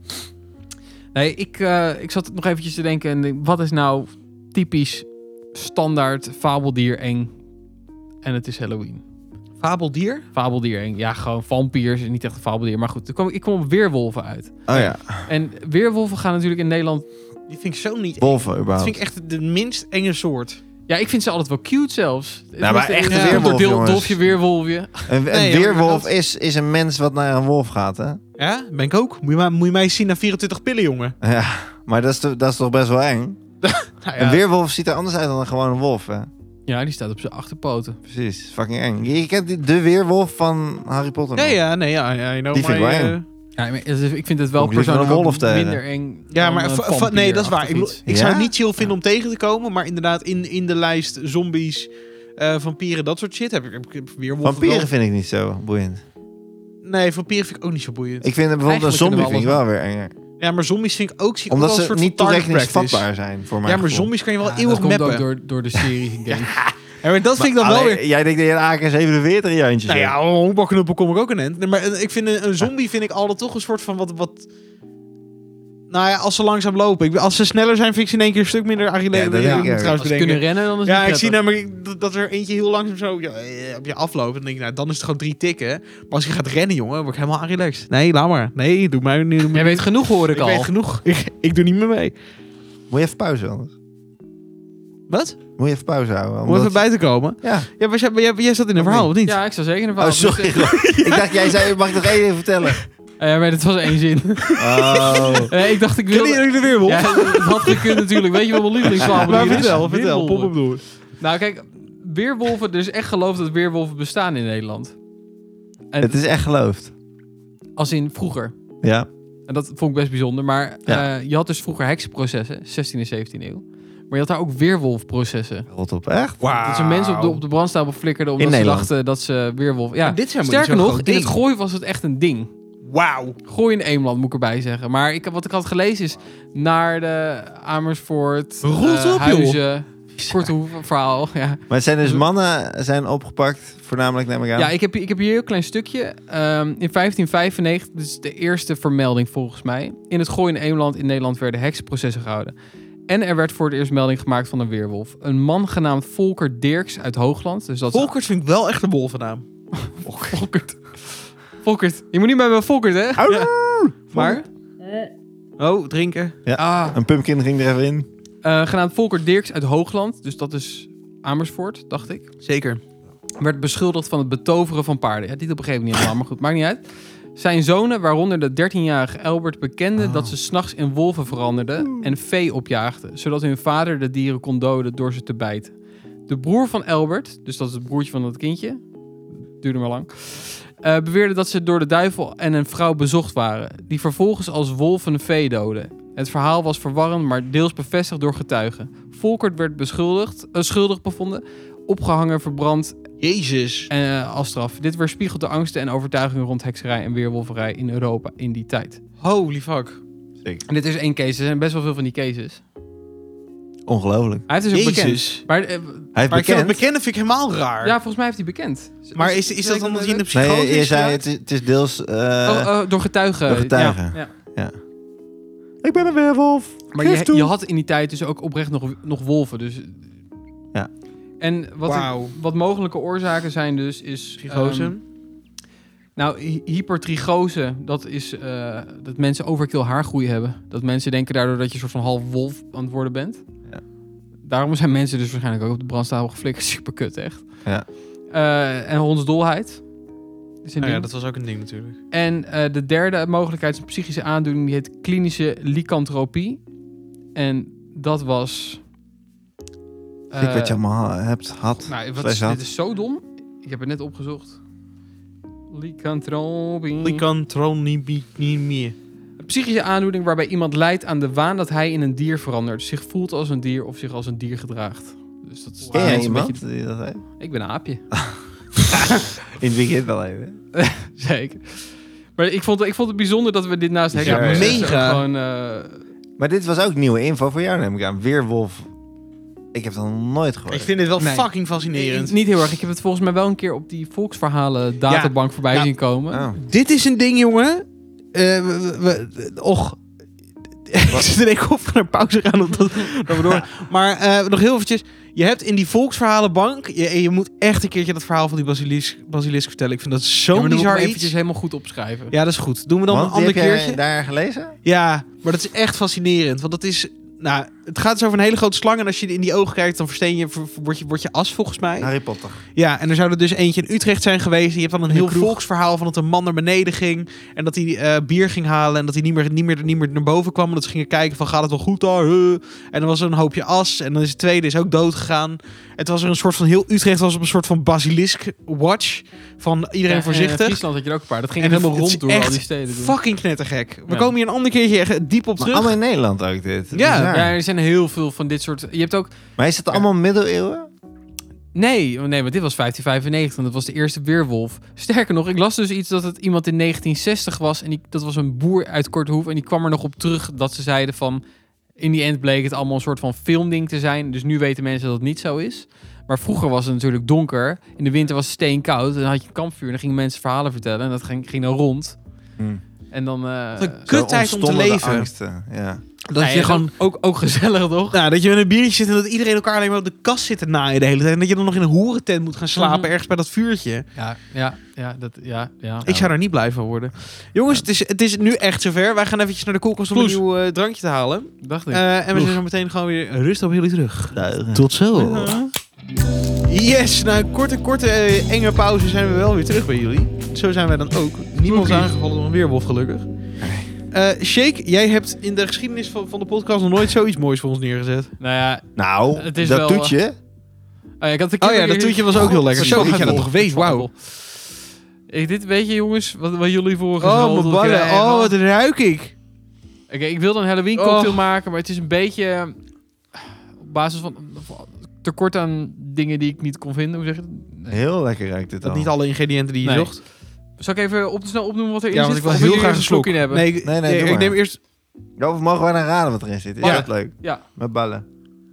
Nee, ik, uh, ik zat nog eventjes te denken. En denk, wat is nou typisch standaard fabeldier eng? En het is Halloween.
Fabeldier?
Fabeldier eng. Ja, gewoon vampiers. Niet echt een fabeldier. Maar goed, ik kwam, ik kwam op weerwolven uit.
Oh ja,
En weerwolven gaan natuurlijk in Nederland...
Die vind ik zo niet
wolven
eng. Dat
überhaupt.
vind ik echt de minst enge soort.
Ja, ik vind ze altijd wel cute zelfs.
Nou, maar echt
een
een
weerwolf,
deel,
jongens.
Dolfje weerwolfje.
Een, een
Nee, ja,
weerwolf
maar
is, is een mens wat naar een wolf gaat, hè?
Ja, ben ik ook. Moet je, maar, moet je mij eens zien naar vierentwintig pillen, jongen.
Ja, maar dat is, to- dat is toch best wel eng?
Nou
Een weerwolf ziet er anders uit dan een gewone wolf, hè?
Ja, die staat op zijn achterpoten.
Precies, fucking eng. Je, je kent die, de weerwolf van Harry Potter nog?
Nee, ja, nee, ja. ja you know
Die vind ik
my,
wel
eh,
eng.
Ja, maar ik vind het wel
Kom ik liever
persoonlijk
een
ook
wolf tegen.
minder eng.
Ja,
dan
maar
een
va- va-
vampier
nee, dat is waar. Ik, bedoel,
iets.
ik zou het
Ja?
niet chill vinden om tegen te komen, maar inderdaad in, in de lijst zombies, eh, vampieren, dat soort shit heb ik, heb ik weerwolven
Vampieren
wel.
vind ik niet zo boeiend.
Nee, vampieren vind ik ook niet zo boeiend.
Ik vind bijvoorbeeld een
Eigenlijk
zombie
kunnen
vind
we
ik wel weer enger.
Ja, maar zombies vind ik ook, zie ik ook
Omdat
wel een
ze
soort
niet
van target practice.
toerekeningsvatbaar zijn, voor mij.
Ja, maar zombies kan je wel
Ja,
eeuwig
dat komt
meppen.
ook door, door de serie games.
Ja, maar dat vind ik dan wel weer...
Jij denkt dat je een A K zevenenveertig in je handje
Nou
zet.
ja, een honkbalknuppel kom ik ook een end. Nee, maar eh, ik vind een, een zombie vind ik altijd toch een soort van wat... wat nou ja, als ze langzaam lopen. Ik, als ze sneller zijn, vind ik ze in één keer een stuk minder agile.
Ja, dat
Ja,
denk
ik
ik
moet
ook.
trouwens
Als ze
bedenken.
kunnen rennen, dan is
Ja,
het
ik zie
prettig.
namelijk dat- dat er eentje heel langzaam zo ja, eh, op je afloopt. Dan denk ik, nou, dan is het gewoon drie tikken. Maar als je gaat rennen, jongen, word ik helemaal relaxed. Nee, laat maar. Nee, doe mij niet.
Jij weet genoeg, hoor ik,
ik
al.
weet genoeg. Ik, ik doe niet meer mee.
Moet je even pauze anders?
Wat?
Moet je even pauze houden?
Om
Omdat...
even bij te komen.
Ja.
Ja, maar jij, jij, jij zat in een
Of
verhaal,
niet?
of niet?
Ja, ik zou zeker een
Oh,
verhaal.
sorry. Ik dacht, jij zei, mag ik nog één even vertellen?
Uh, ja, maar dat was één zin.
Oh.
Uh, ik dacht, ik
Ken
wilde...
je de weerwolf?
Ja, dat had gekund natuurlijk. Weet je wat mijn lievelingsverhaal
maar
is?
vertel, vertel. Pop
Weerwolven.
hem door.
Nou, kijk, weerwolven, er is echt geloof dat weerwolven bestaan in Nederland. En
Het is echt geloofd.
als in vroeger.
Ja.
En dat vond ik best bijzonder. Maar
Ja.
uh, je had dus vroeger heksenprocessen, zestiende en zeventiende eeuw. Maar je had daar ook weerwolfprocessen.
Rot op, echt?
Wauw.
Dat ze mensen op de, op de brandstapel flikkerden omdat
In
ze
Nederland?
dachten dat ze weerwolf... Ja,
Maar dit is helemaal
sterker
niet zo'n
nog,
groot
in het
ding.
gooi was het echt een ding.
Wauw.
Gooi in Eemland, moet ik erbij zeggen. Maar ik, wat ik had gelezen is naar de Amersfoort,
Rot
uh,
op, joh.
Huizen, Korte verhaal. Ja.
Maar het zijn dus mannen zijn opgepakt, voornamelijk neem ik aan.
Ja, ik heb, ik heb hier een heel klein stukje. Um, in vijftien vijfennegentig, dit is de eerste vermelding volgens mij. In het Gooi in Eemland in Nederland werden heksenprocessen gehouden. En er werd voor het eerst melding gemaakt van een weerwolf. Een man genaamd Volker Dirks uit Hoogland. Dus dat is-
Volkert vind ik wel echt een wolvennaam.
Volkert. Volkert. Je moet niet bij me Volkert, hè? Ja. Maar?
Oh, drinken.
Ah,
Een pumpkin ging er even in.
uh, genaamd Volker Dirks uit Hoogland. Dus dat is Amersfoort, dacht ik.
Zeker.
Werd beschuldigd van het betoveren van paarden. Ja, dit op een gegeven moment niet helemaal, maar goed, maakt niet uit. Zijn zonen, waaronder de dertienjarige Albert, bekenden
Oh.
dat ze 's nachts in wolven veranderden en vee opjaagden, zodat hun vader de dieren kon doden door ze te bijten. De broer van Albert, dus dat is het broertje van dat kindje, duurde maar lang, uh, beweerde dat ze door de duivel en een vrouw bezocht waren, die vervolgens als wolven vee doden. Het verhaal was verwarrend, maar deels bevestigd door getuigen. Volkert werd beschuldigd, uh, schuldig bevonden, opgehangen, verbrand
Jezus.
en, uh, als straf. Dit weerspiegelt de angsten en overtuigingen rond hekserij en weerwolverij in Europa in die tijd.
Holy fuck.
Zeker.
En dit is één case. Er zijn best wel veel van die cases.
Ongelooflijk.
Hij heeft dus ook bekend.
Jezus.
Maar, uh,
Hij heeft
Maar ik vind
bekend.
het bekennen vind ik helemaal raar.
ja, volgens mij heeft hij bekend.
Maar
Dus-
is, is dat dan dat je in de
Nee,
psychose
je
is
zei
geraakt?
het is, het is deels... uh,
Oh, uh, door getuigen.
Door getuigen.
Ja, ja.
ik ben een weerwolf.
Maar
Geef
je,
toe.
je had in die tijd dus ook oprecht nog, nog wolven. Dus...
Ja.
En wat, ik-
Wauw.
wat mogelijke oorzaken zijn dus... is
Psychose.
ehm, nou, hy- hypertrigose, dat is uh, dat mensen overkill haargroei hebben. Dat mensen denken daardoor dat je een soort van half wolf aan het worden bent.
Ja.
Daarom zijn mensen dus waarschijnlijk ook op de brandstapel geflikkerd. Super kut, echt.
Ja.
Uh, en hondsdolheid. Is een
Nou ja,
ding.
dat was ook een ding natuurlijk.
En uh, de derde mogelijkheid is een psychische aandoening. Die heet klinische lycanthropie. En dat was...
Ik weet wat je allemaal ha- hebt gehad.
Nou, wat
Slash
is,
had.
dit is zo dom. Ik heb het net opgezocht. Lycanthropie.
Lycanthropie niet meer.
Een psychische aandoening waarbij iemand lijdt aan de waan dat hij in een dier verandert. Zich voelt als een dier of zich als een dier gedraagt. Dus dat is
Ken jij
een
iemand
beetje-
die dat heeft?
Ik ben een aapje.
In het begin wel even.
Zeker. Maar ik vond, ik vond het bijzonder dat we dit naast
Ja,
heksen
mega.
gewoon... uh,
Maar dit was ook nieuwe info voor jou, neem ik aan. Weerwolf. Ik heb dat nog nooit gehoord.
Ik vind dit wel
Nee.
fucking fascinerend.
niet heel erg. Ik heb het volgens mij wel een keer op die volksverhalen databank voorbij
Ja.
zien komen.
Oh.
Dit is een ding, jongen. Eh, we, we- we- och. Ik zit in één kop naar pauze gaan. Omdat, dat we door. Maar eh, nog heel eventjes. Je hebt in die volksverhalenbank... Je, je moet echt een keertje dat verhaal van die basilisk, basilisk vertellen. Ik vind dat
Ja,
zo'n
maar dan moet ik
bizar
hem
iets.
eventjes helemaal goed opschrijven.
Ja, dat is goed. Doen we dan
Want
een
die
ander
heb jij
keertje?
daar gelezen?
Ja, maar dat is echt fascinerend. Want dat is... Nou, het gaat dus over een hele grote slang. En als je in die ogen kijkt, dan versteen je, word je, word je as volgens mij.
Harry Potter.
Ja, en er zou er dus eentje in Utrecht zijn geweest. Je hebt dan een
In de
heel
kroeg.
volksverhaal van dat een man naar beneden ging. En dat hij eh, bier ging halen. En dat hij niet meer, niet, meer, niet meer naar boven kwam. En dat ze gingen kijken van, gaat het wel goed daar? Huh? En dan was er een hoopje as. En dan is het tweede is ook dood gegaan. Het was er een soort van, heel Utrecht was op een soort van basilisk watch. Van iedereen
Ja, en in
voorzichtig.
Friesland had je er ook een paar. Dat ging
En
helemaal
het is
rond door
echt
al die steden. doen.
Fucking knettergek. We
Ja.
komen hier een ander keertje echt diep op
Maar
terug.
allemaal in Nederland ook dit.
Ja.
Bizar.
Ja, er zijn heel veel van dit soort... Je hebt ook...
Maar is het allemaal middeleeuwen?
Nee, nee, want dit was vijftien vijfennegentig en dat was de eerste weerwolf. Sterker nog, ik las dus iets dat het iemand in negentien zestig was. En die, dat was een boer uit Kortehoef. En die kwam er nog op terug dat ze zeiden van... In die end bleek het allemaal een soort van filmding te zijn. Dus nu weten mensen dat het niet zo is. Maar vroeger was het natuurlijk donker. In de winter was het steenkoud. En dan had je een kampvuur. En dan gingen mensen verhalen vertellen. En dat ging, ging dan rond.
Hm.
En dan... eh,
Wat een
Zo
kuttijd om te
ontstonden de
leven.
angsten. Ja.
Dat
Nee,
je gewoon...
ook, ook gezellig, toch?
Nou, dat je met een biertje zit en dat iedereen elkaar alleen maar op de kast zit te naaien de hele tijd. En dat je dan nog in een hoerentent moet gaan slapen
Mhm.
ergens bij dat vuurtje.
Ja, ja, ja, dat, ja, ja.
Ik zou daar niet blij van worden. Jongens, het, is, het is nu echt zover. Wij gaan eventjes naar de koelkast om een
Ploes.
nieuw eh, drankje te halen.
Dacht ik.
Eh, en we
Ploes.
zijn zo meteen gewoon weer rustig op jullie terug.
Duigen.
Tot zo. Yes, na een korte, korte, eh, enge pauze zijn we wel weer terug bij jullie. Zo zijn wij dan ook. Niemand is aangevallen door een weerwolf, gelukkig. Eh, Shake, jij hebt in de geschiedenis van, van de podcast nog nooit zoiets moois voor ons neergezet.
Nou ja,
Nou,
Het is
dat
wel,
toetje.
oh ja, ik had een
Oh
keer
ja, dat toetje was ook heel lekker. Zo, had je dat toch geweest? Wauw.
Ik, dit weet je jongens, wat, wat jullie vorige
Oh, mijn ballen. Oh, wat ruik ik.
Oké, ik wilde een Halloween
Oh.
cocktail maken, maar het is een beetje eh, op basis van tekort aan dingen die ik niet kon vinden. Hoe zeg je dat? Nee.
Heel lekker ruikt dit
Dat
al.
niet alle ingrediënten die je
Nee.
zocht.
Zal ik even op snel opnoemen wat erin
Ja,
zit?
want ik wil
Of
heel
jullie
graag
eerst
een slok
in hebben?
Nee, ik,
Nee, nee,
nee,
doe
ik
maar.
neem eerst...
Ja, of mogen wij dan raden wat erin zit? Is
Ja.
dat leuk?
Ja.
Met ballen.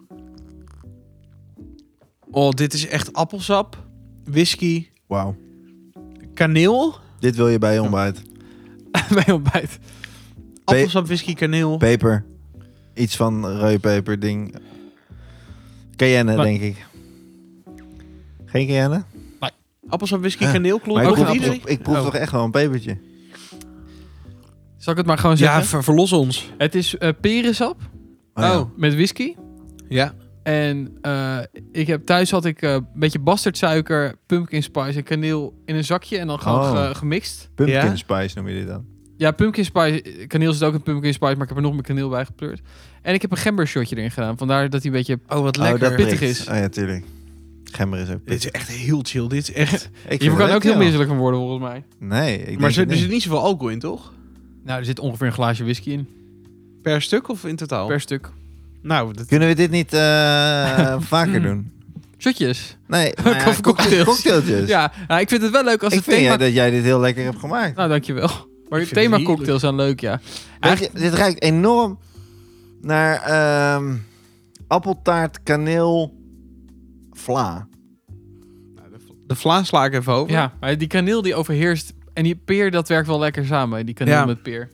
Oh, dit is echt appelsap, whisky,
Wauw.
kaneel.
Dit wil je bij je ontbijt.
Bij ontbijt.
Appelsap, whisky, kaneel.
Peper. Iets van rode peper ding. Cayenne,
Maar-
denk ik. Geen cayenne?
Appelsap, whisky,
Ja.
kaneel. Klopt
Maar ik
klopt
proef,
iedereen?
ik, ik proef
Oh.
toch echt wel een pepertje.
Zal ik het maar gewoon zeggen?
Ja, ver- verlos ons.
Het is eh perensap
Oh, ja.
Oh.
met whisky.
Ja.
En eh, ik heb, thuis had ik eh, een beetje bastardsuiker, pumpkin spice en kaneel in een zakje. En dan gewoon
Oh.
ge- gemixt.
Pumpkin
Ja?
spice noem je dit dan.
Ja, pumpkin spice. Kaneel zit ook in pumpkin spice, maar ik heb er nog meer kaneel bij gepleurd. En ik heb een gember shotje erin gedaan. Vandaar dat hij een beetje...
Oh, wat
Oh,
lekker.
dat
pittig
prikt.
is.
Oh ja, tuurlijk. Gember is ook
Dit
pittig.
is echt heel chill. Dit is echt...
Ik
Je
vind
kan
het
ook heel
ja.
misselijk van worden, volgens mij.
Nee, ik
maar
denk
er,
het
er zit
niet.
niet zoveel alcohol in, toch?
Nou, er zit ongeveer een glaasje whisky in.
Per stuk of in totaal?
Per stuk.
Nou, dat...
Kunnen we dit niet eh, vaker doen?
Shotjes.
Nee,
Of
maar ja,
cocktails.
cocktails. cocktailtjes.
Ja, nou, ik vind het wel leuk als
ik
het
vind
thema...
ja, dat jij dit heel lekker hebt gemaakt.
Nou, dankjewel. Maar
Ik
het
vind het
thema
heerlijk.
cocktails zijn leuk, ja.
Weet je, dit ruikt enorm naar ehm, appeltaart, kaneel, vla.
De vla sla ik even over.
Ja, maar die kaneel die overheerst... En die peer, dat werkt wel lekker samen. Die kaneel
Ja.
met peer.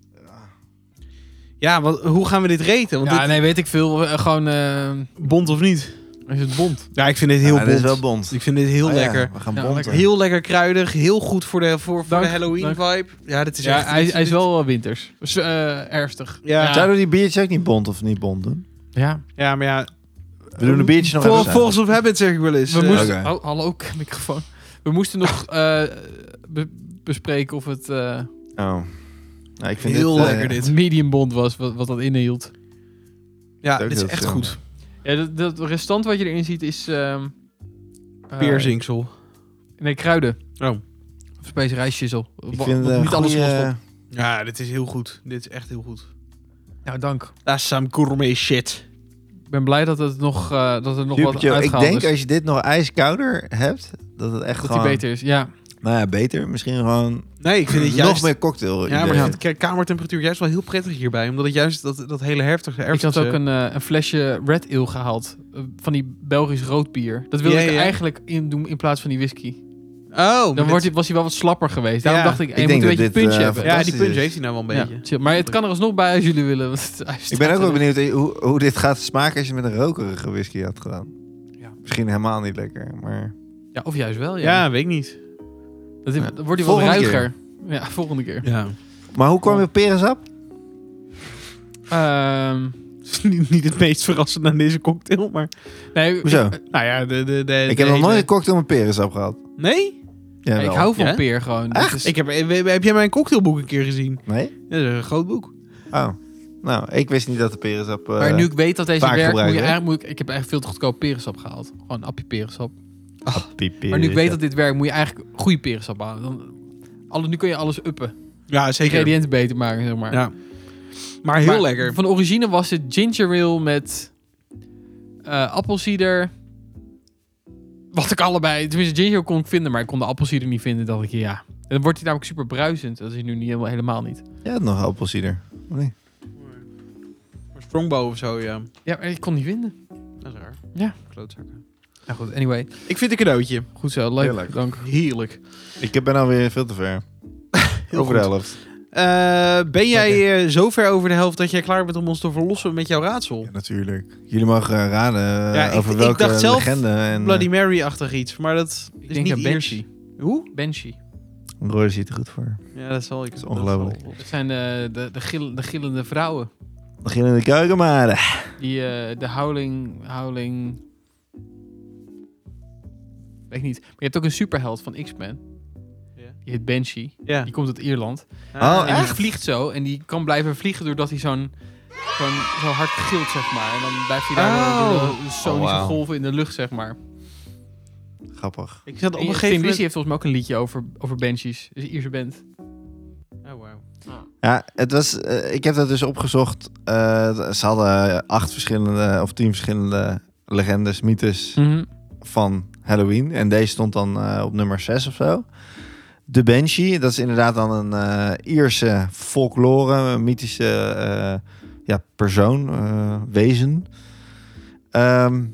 Ja, want hoe gaan we dit reten? Want
Ja,
dit,
nee, weet ik veel. Eh, gewoon... eh,
bond of niet?
is het bond?
Ja, ik vind dit heel
Ja,
bond.
dit is wel bond.
Ik vind dit heel
Oh ja,
lekker.
we gaan
Ja,
bonten.
lekker.
Heel lekker kruidig. Heel goed voor de, voor, voor
Dank,
de Halloween vibe. Ja, dit is
Ja,
echt...
hij,
dit-
hij is
dit-
wel winters. Dus, eh, ernstig.
Ja.
Zouden die biertjes ook niet bond of niet bond doen?
Ja.
Ja, maar ja...
We doen de biertjes nog
Vol-
even
Volgens of habit zeg ik wel eens.
We
Eh,
moesten...
oké.
Oh, hallo, microfoon. We moesten nog eh, be- bespreken of het eh,
Oh. Nou, ik vind
Heel
dit, eh,
lekker dit.
medium bond was, wat, wat dat inhield.
ja,
ook
dit is
heel
echt
chill.
goed.
Ja, dat, dat restant wat je erin ziet is... ehm eh,
Peerzinksel.
Nee, kruiden.
Oh.
Of specerijschizzle.
Ik
Wa-
vind
wat
het
niet alles
goede,
lost op.
Ja, dit is heel goed. Dit is echt heel goed.
Ja, dank.
Dat is some gourmet shit.
Ik ben blij dat het nog, eh, dat er nog
Super
wat
chill. Ik
uitgehaald
denk
is.
als je dit nog ijskouder hebt, dat het echt
Dat
gewoon...
die beter is, ja.
Nou ja, beter. Misschien gewoon
Nee, ik vind het
nog
juist...
meer cocktail.
Ja, maar ik
idee.
vind de kamertemperatuur juist wel heel prettig hierbij. Omdat het juist dat, dat hele heftige...
Ik had
ernstige-
ook een, eh, een flesje Red Ale gehaald. eh, van die Belgisch rood bier. Dat wilde
Ja,
ik er
ja.
eigenlijk in doen in plaats van die whisky.
Oh,
Dan
maar
wordt
dit-
hij, was hij wel wat slapper geweest. Daarom
Ja.
dacht ik,
Ik
hey, je
denk
moet een
dat
beetje
dit,
punch
eh,
hebben.
Ja, die
fantastisch
punch
is.
heeft hij nou wel een
Ja,
beetje.
chill. Maar het kan er alsnog bij als jullie willen. want het- hij
Ik
staat
ben ook
er
wel
nog.
benieuwd hoe, hoe dit gaat smaken als je met een rokerige whisky had gedaan.
Ja.
Misschien helemaal niet lekker, maar...
Ja, of juist wel, ja.
Ja, weet ik niet.
Dat is-
Ja.
dan wordt hij wat
Volgende
ruiger. Ja, volgende keer.
Ja.
Maar hoe kwam je op perensap?
Ehm,
niet, niet het meest verrassende aan deze cocktail, maar...
nee,
Hoezo?
Ik,
Nou ja, de... de, de
Ik
de
heb nog
hele-
nooit een cocktail met perensap gehad.
Nee?
Ja,
ik hou van
Ja?
peer gewoon. Dat
Echt?
is-
Ik heb, heb jij mijn cocktailboek een keer gezien?
Nee?
Dat is een groot boek.
Oh. Nou, ik wist niet dat de perensap... eh,
maar nu ik weet dat deze
vaak
werkt, moet je
gebruiken, hè?
eigenlijk... Moet ik, ik heb eigenlijk veel te goedkoop perensap gehaald. Gewoon een appje perensap.
pipi-
Maar nu ik weet dat dit werkt, moet je eigenlijk goede perensap halen. Dan, alle, nu kun je alles uppen.
Ja, zeker.
Ingrediënten beter maken, zeg maar.
Ja. Maar heel
Maar
lekker.
Van de origine was het ginger ale met eh appelsieder. Wat ik allebei... Tenminste, ginger ale kon ik vinden, maar ik kon de appelsieder niet vinden. Dacht ik, ja. En dan wordt hij namelijk super bruisend. Dat is hij nu niet helemaal, helemaal niet.
Ja, het nog appelsieder. Of niet?
Strongbow of zo, ja.
Ja, maar ik kon niet vinden.
Dat is raar.
Ja.
Klootzakken.
Nou goed, anyway.
Ik vind een cadeautje.
Goed zo, leuk.
Heerlijk.
Dank.
Heerlijk.
Ik ben alweer veel te ver.
Heel
Over
goed.
de helft.
Uh, ben jij uh, zo ver over de helft dat jij klaar bent om ons te verlossen met jouw raadsel?
Ja, natuurlijk. Jullie mogen uh, raden uh,
ja,
over
ik,
welke
ik dacht zelf
legende. En,
Bloody Mary-achtig iets, maar dat
Ik
is
denk
niet
een
Banshee.
Banshee.
Hoe?
Banshee.
Roy ziet er goed voor.
Ja, dat zal ik.
Dat is ongelooflijk.
Dat zijn de, de, de, gill, de gillende vrouwen.
Begin in de keuken maar.
Die, uh, de howling... howling... Weet ik niet. Maar je hebt ook een superheld van X-Men.
Ja.
Die heet Banshee.
Ja.
Die komt uit Ierland.
Oh,
En die
echt?
vliegt zo. En die kan blijven vliegen doordat hij zo'n... Zo'n, zo hard gilt, zeg maar. En dan blijft hij daar
Oh.
door de sonische
Oh, wow.
golven in de lucht, zeg maar.
Grappig.
Ik zat op
En
een
Thin
gegeven
Lizzy
moment...
heeft volgens mij ook een liedje over, over Banshees. Dus een Ierse band.
Oh, wow.
Ja, het was, uh, ik heb dat dus opgezocht. Uh, ze hadden acht verschillende of tien verschillende legendes, mythes
Mm-hmm.
van Halloween. En deze stond dan uh, op nummer zes of zo. De Banshee, dat is inderdaad dan een uh, Ierse folklore, een mythische uh, ja, persoon, uh, wezen. Um,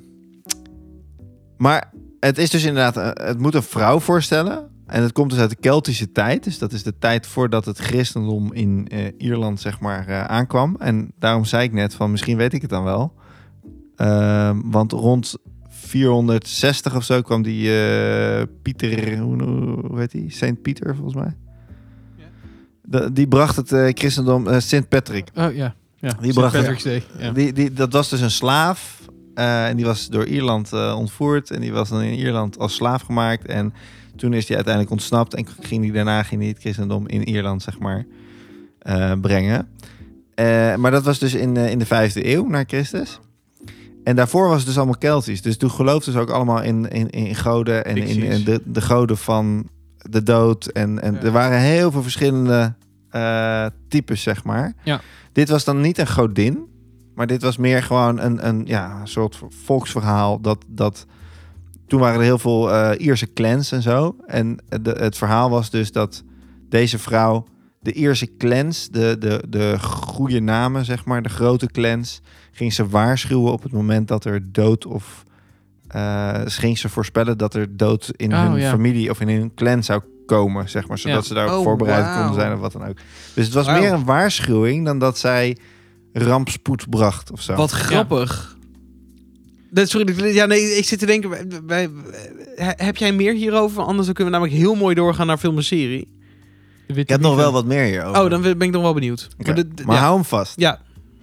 maar het is dus inderdaad, uh, het moet een vrouw voorstellen. En het komt dus uit de Keltische tijd. Dus dat is de tijd voordat het christendom in uh, Ierland, zeg maar, uh, aankwam. En daarom zei ik net van, misschien weet ik het dan wel. Uh, want rond vierhonderdzestig of zo kwam die uh, Pieter, hoe, hoe heet die? Saint Pieter, volgens mij.
Ja.
De, die bracht het uh, christendom, uh, Sint Patrick.
Oh ja. ja.
Die
Saint
bracht-
Patrick's Day. Ja.
Die, die, dat was dus een slaaf. Uh, en die was door Ierland uh, ontvoerd. En die was dan in Ierland als slaaf gemaakt. En toen is hij uiteindelijk ontsnapt. En ging die daarna ging die het christendom in Ierland, zeg maar, uh, brengen. Uh, maar dat was dus in, uh, in de vijfde eeuw na Christus. En daarvoor was het dus allemaal Keltisch. Dus toen geloofden ze ook allemaal in, in, in goden. En in, in de, de goden van de dood. En, en
Ja.
er waren heel veel verschillende uh, types, zeg maar.
Ja.
Dit was dan niet een godin. Maar dit was meer gewoon een, een ja, een soort volksverhaal. Dat, dat, toen waren er heel veel uh, Ierse clans en zo. En de, het verhaal was dus dat deze vrouw de Ierse clans, de, de, de goede namen, zeg maar, de grote clans, ging ze waarschuwen op het moment dat er dood of uh, ging ze voorspellen dat er dood in
Oh,
hun
ja.
familie of in hun clan zou komen, zeg maar, zodat
Ja.
ze daarop
Oh,
voorbereid
wauw.
konden zijn of wat dan ook. Dus het was
Wauw.
meer een waarschuwing dan dat zij rampspoed bracht of zo.
Wat grappig. Dat, sorry, ja, nee, ik zit te denken... Wij, wij- wij- heb jij meer hierover? Anders dan kunnen we namelijk heel mooi doorgaan naar film en serie.
De witte
Ik heb nog
wieven.
wel wat meer hierover.
Oh, dan ben ik nog wel benieuwd.
Oké.
Maar, de- de-
Maar
ja.
hou hem vast.
Ja,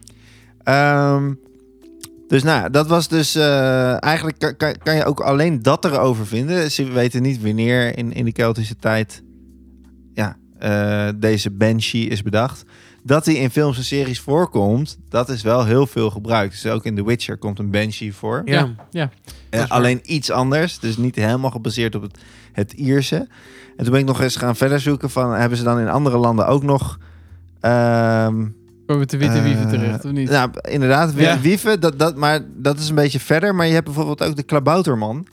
Ehm, dus nou, dat was dus... uh, eigenlijk kan, kan, kan je ook alleen dat erover vinden. Ze weten niet wanneer in, in de Keltische tijd... Ja, uh, deze Banshee is bedacht. Dat hij in films en series voorkomt, dat is wel heel veel gebruikt. Dus ook in The Witcher komt een Banshee voor.
ja.
Ja, ja.
Uh,
waar.
alleen iets anders. Dus niet helemaal gebaseerd op het, het Ierse. En toen ben ik nog eens gaan verder zoeken van... Hebben ze dan in andere landen ook nog... ehm,
Komen we te witte wieven
Uh,
terecht, of niet?
Nou, inderdaad, wie-
Ja.
wieven, dat, dat, maar dat is een beetje verder. Maar je hebt bijvoorbeeld ook de klabouterman.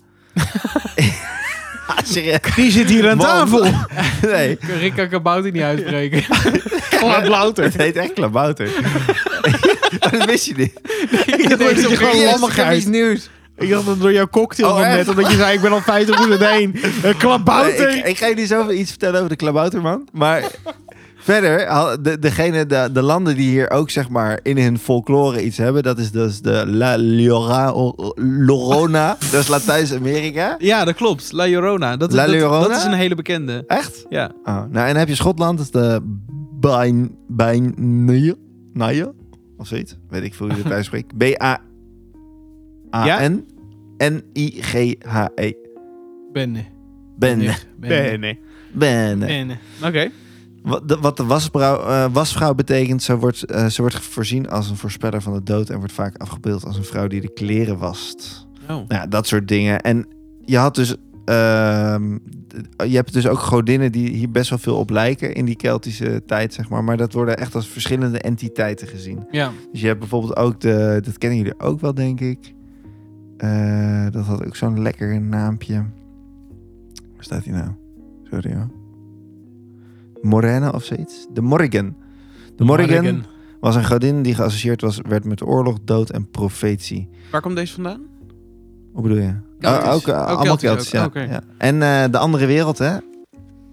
Ja, serieus.
Die zit hier aan
Man.
tafel.
Nee,
Rick kan kabouter niet uitspreken.
Klabouter.
het heet echt klabouter. Oh, dat wist je niet.
Ik dacht dat je gewoon
Serieus,
lammig
ik heb
uit.
iets nieuws.
Ik dacht dat door jouw cocktail
Oh,
van
echt?
net, omdat je zei, ik ben al vijftig minuten heen. Een klabouter.
Ik, ik ga je niet zoveel iets vertellen over de klabouterman. Maar verder, al- de, degene, de, de landen die hier ook zeg maar in hun folklore iets hebben, dat is dus de La Llora, Llorona. Dat is Latijns-Amerika.
Ja, dat klopt. La Llorona. Dat is,
La
dat-
Llorona?
dat is een hele bekende.
Echt?
Ja.
Oh, nou, en dan heb je Schotland, dat is de Bain, Bain, Naja, of zoiets. Weet ik veel hoe je het uitspreekt. B A A N N I G H E.
Benne.
Benne.
Nee, nee.
Benne.
Benne.
Oké.
Wat de, wat de wasvrouw, uh, wasvrouw betekent, ze wordt, uh, ze wordt voorzien als een voorspeller van de dood en wordt vaak afgebeeld als een vrouw die de kleren wast.
Oh.
Nou ja, dat soort dingen. En je had dus, uh, je hebt dus ook godinnen die hier best wel veel op lijken in die Keltische tijd, zeg maar. Maar dat worden echt als verschillende entiteiten gezien.
Ja.
Dus je hebt bijvoorbeeld ook de, dat kennen jullie ook wel, denk ik. Uh, dat had ook zo'n lekker naampje. Waar staat hij nou? Sorry hoor. Morena of zoiets. De Morrigan. De Morrigan,
Morrigan.
was een godin die geassocieerd was, werd met oorlog, dood en profetie.
Waar komt deze vandaan?
Hoe bedoel je?
Keltisch.
Oh, ook uh,
Oh,
allemaal
Keltisch
Keltisch,
ook.
ja.
Oké.
ja. En uh, de andere wereld, hè?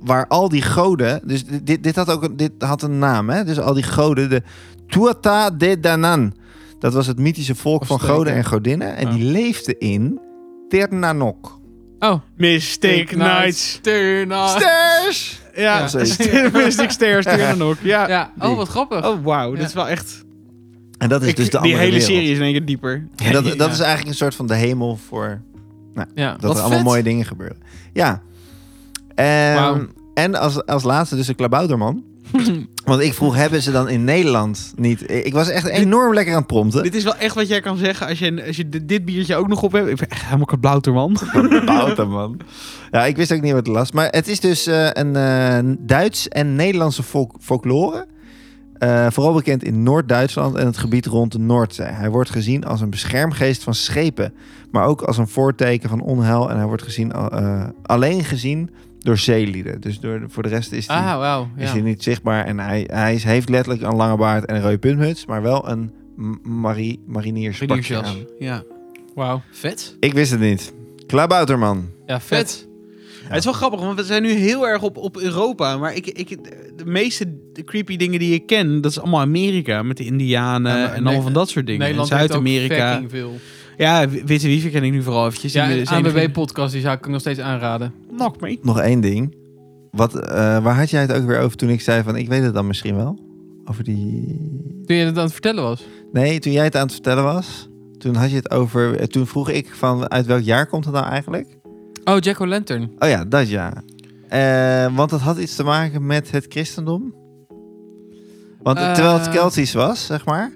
waar al die goden... Dus dit, dit, had ook een, dit had een naam, hè? Dus al die goden, de Tuatha De Danann. Dat was het mythische volk
Of
van
steken.
goden en godinnen. En
Oh.
die leefden in Ternanok.
Oh.
Mystic Knights.
Turna.
Stairs!
Ja,
Ja.
st- Mystic Stairs, Ternanok. Ja.
Ja,
Die.
oh wat grappig.
Oh, wauw.
Ja.
Dit is wel echt...
En dat is
Ik-
dus de
die
andere
hele
wereld.
serie is in één keer dieper.
En dat, dat
Ja.
is eigenlijk een soort van de hemel voor...
ja.
Dat
wat
er allemaal
vet.
mooie dingen gebeuren. Ja. En,
Wauw.
en als, als laatste dus de klabouterman. Want ik vroeg, hebben ze dan in Nederland niet... Ik was echt enorm lekker aan het prompten.
Dit is wel echt wat jij kan zeggen als je, als je dit, dit biertje ook nog op hebt. Ik ben echt helemaal kabouter, man.
Klabouterman. Ja, ik wist ook niet wat het las. Maar het is dus uh, een uh, Duits en Nederlandse folk folklore. Uh, vooral bekend in Noord-Duitsland en het gebied rond de Noordzee. Hij wordt gezien als een beschermgeest van schepen. Maar ook als een voorteken van onheil. En hij wordt gezien, uh, alleen gezien door zeelieden. Dus door, voor de rest is hij...
Ah, wauw.
Is
Ja.
hij niet zichtbaar en hij, hij is, heeft letterlijk een lange baard en een rode puntmuts, maar wel een m- marie, marinierspak
Mariniersjas.
aan.
Ja.
Wauw. Vet.
Ik wist het niet. Klabouterman.
Ja, vet.
Het is wel grappig, want we zijn nu heel erg op, op Europa. Maar ik, ik, de meeste creepy dingen die ik ken, dat is allemaal Amerika. Met de Indianen
Ja, maar
en
nee,
allemaal van dat soort dingen.
Nederland heeft ook
Zuid-Amerika.
fucking veel.
Ja, Witte Wieven ken ik nu vooral eventjes.
Ja,
Die,
een
eh,
A B
zijn-
B-podcast die zou ik nog steeds aanraden.
Knock me.
Nog één ding. Wat, uh, waar had jij het ook weer over toen ik zei van ik weet het dan misschien wel? Over die...
Toen je het aan het vertellen was.
Nee, toen jij het aan het vertellen was, toen had je het over... uh, Toen vroeg ik van uit welk jaar komt het nou eigenlijk?
Oh, Jack-o'-lantern.
Oh ja, dat ja. Uh, want dat had iets te maken met het christendom. Want
Uh,
terwijl het Keltisch was, zeg maar.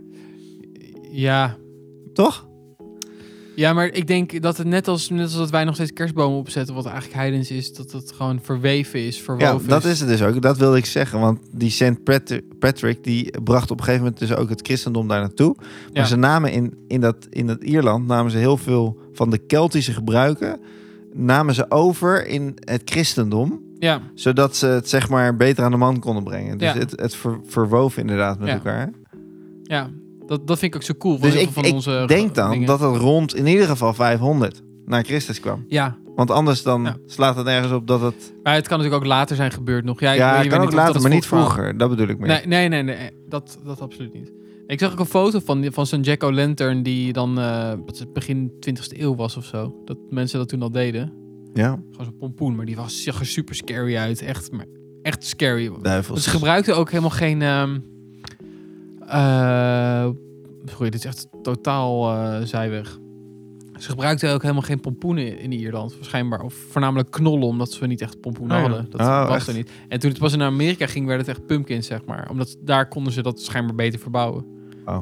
Ja.
Toch?
Ja, maar ik denk dat het net als, net als dat wij nog steeds kerstbomen opzetten, wat eigenlijk heidens is, dat het gewoon verweven is,
Ja,
verwoven
dat is het dus ook. Dat wilde ik zeggen. Want die Saint Patrick, die bracht op een gegeven moment dus ook het christendom daar naartoe. Maar
Ja.
ze namen in, in, dat, in dat Ierland, namen ze heel veel van de Keltische gebruiken, namen ze over in het christendom.
Ja,
Zodat ze het zeg maar beter aan de man konden brengen. Dus
Ja.
het, het ver, verwoven inderdaad met
Ja.
elkaar.
ja. Dat, dat vind ik ook zo cool. Van
Dus
heel
ik,
veel van
ik
onze
denk dan
dingen.
dat het rond in ieder geval vijfhonderd naar Christus kwam.
Ja,
Want anders dan
Ja.
slaat het ergens op dat het...
maar het kan natuurlijk ook later zijn gebeurd nog. Ja, ik
Ja,
weet-
het
ik
kan
weet
ook
niet of
later,
dat
maar
het
niet
volksverhaal-
vroeger. Dat bedoel ik meer.
Nee, nee, nee, nee. Dat, dat absoluut niet. Ik zag ook een foto van, van zo'n Jack-o'-lantern die dan uh, wat is het, begin twintigste eeuw was of zo. Dat mensen dat toen al deden.
Ja,
Gewoon zo'n pompoen, maar die was, zag er super scary uit. Echt, maar echt scary.
duivels.
Ze gebruikten ook helemaal geen... ehm uh, sorry, dit is echt totaal uh, zijweg. Ze gebruikten ook helemaal geen pompoenen in Ierland, waarschijnlijk. Of voornamelijk knollen, omdat ze niet echt pompoenen
Oh ja.
hadden. Dat
Oh,
was
echt?
er niet. En toen het pas naar Amerika ging, werd het echt pumpkins, zeg maar. Omdat daar konden ze dat schijnbaar beter verbouwen.
Oh.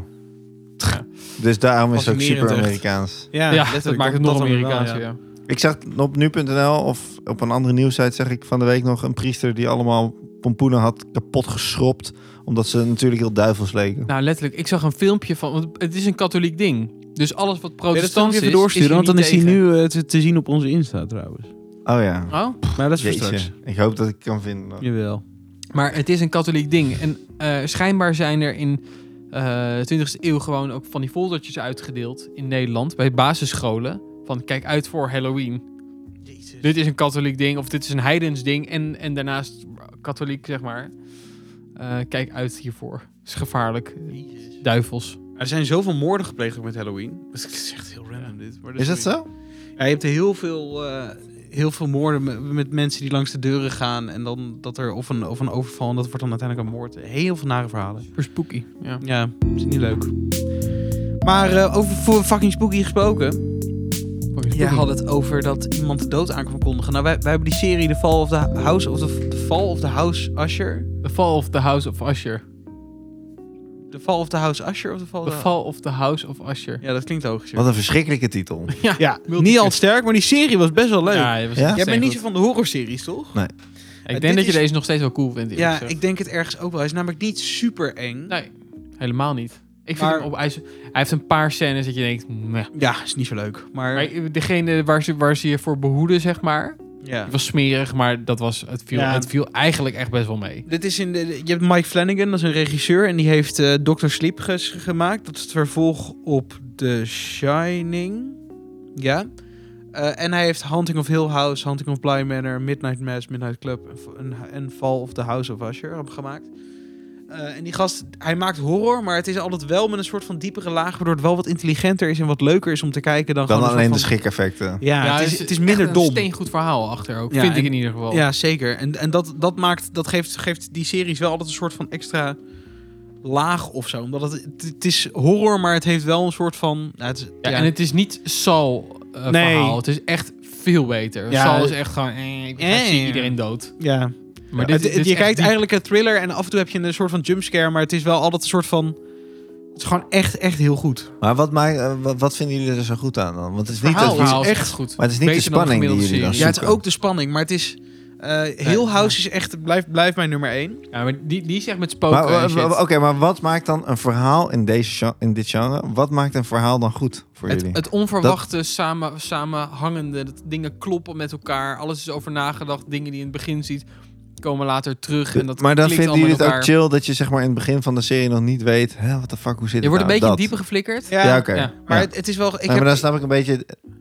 Dus daarom is het ook
Fascinerend,
super
echt.
Amerikaans.
Ja,
letterlijk,
dat maakt het nog
dan wel,
Amerikaanser, ja.
Ik zag op nu punt n l of op een andere nieuwsite zeg ik van de week nog een priester die allemaal pompoenen had kapot geschropt. Omdat ze natuurlijk heel duivels leken.
Nou, letterlijk. Ik zag een filmpje van... Want het is een katholiek ding. Dus alles wat
Ja, dat zal ik
protestants
even
is,
doorsturen,
is
want dan is hij
hij
nu uh, te, te zien op onze Insta trouwens.
Oh ja.
Oh?
Maar dat is voor
Jeetje.
straks.
Ik hoop dat ik kan vinden.
Jawel.
Maar het is een katholiek ding. En uh, schijnbaar zijn er in uh, twintigste eeuw gewoon ook van die foldertjes uitgedeeld in Nederland. Bij basisscholen. Van kijk uit voor Halloween.
Jezus.
Dit is een katholiek ding. Of dit is een heidens ding. En, en daarnaast katholiek, zeg maar. Uh, kijk uit hiervoor. Het is gevaarlijk. Duivels.
Er zijn zoveel moorden gepleegd ook met Halloween. Dat is echt heel random dit. Maar
Is dat zo?
Ja, je hebt heel veel, uh, heel veel moorden met, met mensen die langs de deuren gaan. En dan dat er of een, of een overval en dat wordt dan uiteindelijk een moord. Heel veel nare verhalen.
Voor spooky. Ja.
Ja, is niet leuk. Maar uh, over voor fucking spooky gesproken. Jij had het over dat iemand de dood aan kan kondigen. Nou, wij, wij hebben die serie The Fall of the House of the, the Fall of the House Usher.
The Fall of the House of Usher.
The Fall of the House Usher of The Fall of
The
the...
Fall of the House of Usher.
Ja, dat klinkt logisch.
Wat een verschrikkelijke titel.
Ja,
Ja,
multi-
niet al sterk, maar die serie was best wel leuk.
Ja, het was
Ja?
echt
Jij bent niet zo
goed.
van de horrorseries, toch?
Nee.
Ik
dit
denk dat je
is-
deze nog steeds wel cool vindt. eerlijk
Ja,
gezegd.
ik denk het ergens ook wel. Hij is namelijk niet super eng.
Nee, helemaal niet. Ik vind
Maar-
hem op hij, is- hij heeft een paar scènes dat je denkt, meh.
Ja, is niet zo leuk. Maar,
Maar degene waar ze, waar ze je voor behoeden, zeg maar,
ja.
die was smerig, maar dat was, het, viel,
Ja.
het viel eigenlijk echt best wel mee.
Dit is in de, je hebt Mike Flanagan, dat is een regisseur. En die heeft uh, doctor Sleep ges- gemaakt. Dat is het vervolg op The Shining. Ja. Uh, en hij heeft Haunting of Hill House, Haunting of Bly Manor, Midnight Mass, Midnight Club en, en Fall of the House of Usher gemaakt. Uh, en die gast, hij maakt horror, maar het is altijd wel met een soort van diepere laag, waardoor het wel wat intelligenter is en wat leuker is om te kijken dan,
Dan
gewoon
alleen
een
de
soort van...
schrik-effecten.
Ja,
Ja,
het is, het is minder
echt
dom.
een steengoed verhaal achter ook,
Ja,
vind ik
en-
in ieder geval.
Ja, zeker. En, en dat, dat, maakt, dat geeft, geeft die series wel altijd een soort van extra laag of zo. Omdat het, het, het is horror, maar het heeft wel een soort van... Nou, het is,
Ja, en het is niet Saul uh,
Nee.
verhaal. Het is echt veel beter.
Ja,
Saul is echt gewoon... Eh, ik
eh,
zie iedereen dood.
ja.
Maar
Het-
dit, dit
het-
is
je
echt
kijkt
diep.
eigenlijk een thriller en af en toe heb je een soort van jumpscare, maar het is wel altijd een soort van... Het is gewoon echt, echt heel goed.
Maar wat, maakt, uh, wat, wat vinden jullie er zo goed aan dan? Want het is niet
verhaal
de,
Het verhaal is
echt-
echt goed.
maar het is niet de
Beter dan
spanning die
gemiddelde
jullie dan
serie.
Ja, het is
zoeken.
ook de spanning, maar het is... Uh, Hill House is echt, blijft blijft mijn nummer één.
Ja, maar die, die is echt met spoken
Maar,
en
uh,
shit.
Oké, maar wat maakt dan een verhaal in, deze, gen- in dit genre? Wat maakt een verhaal dan goed voor
Het,
jullie?
het onverwachte, samen, samenhangende, dat dingen kloppen met elkaar. Alles is over nagedacht. Dingen die je in het begin ziet, komen later terug. En dat
maar dan
klikt
vinden
allemaal
jullie het
met
ook
elkaar.
chill dat je zeg maar in het begin van de serie nog niet weet, hè, wat de fuck, hoe zit
Je
het
wordt een
nou?
beetje in
Dat.
diepe geflikkerd.
Ja,
Ja, oké.
Ja.
maar
Ja.
het, het is wel... Ik
Nee,
heb,
maar dan snap ik een beetje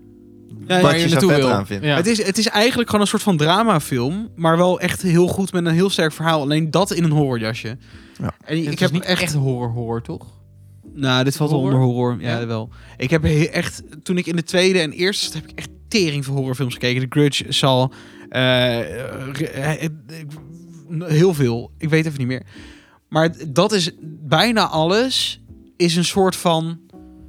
ja,
wat
waar
je
je
zo
naartoe
vet
wil.
aan vindt.
Ja.
Het, is, het is eigenlijk gewoon een soort van dramafilm, maar wel echt heel goed met een heel sterk verhaal. Alleen dat in een horrorjasje.
Ja.
En
Het
ik
is
heb
niet
echt...
echt horror, horror, toch?
Nou, dit valt wel
Horror?
onder horror. Ja,
Ja?
wel. Ik heb he- echt... Toen ik in de tweede en eerste... heb ik echt tering voor horrorfilms gekeken. The Grudge, Saw... eh, eh, eh, heel veel. Ik weet even niet meer. Maar dat is... Bijna alles is een soort van...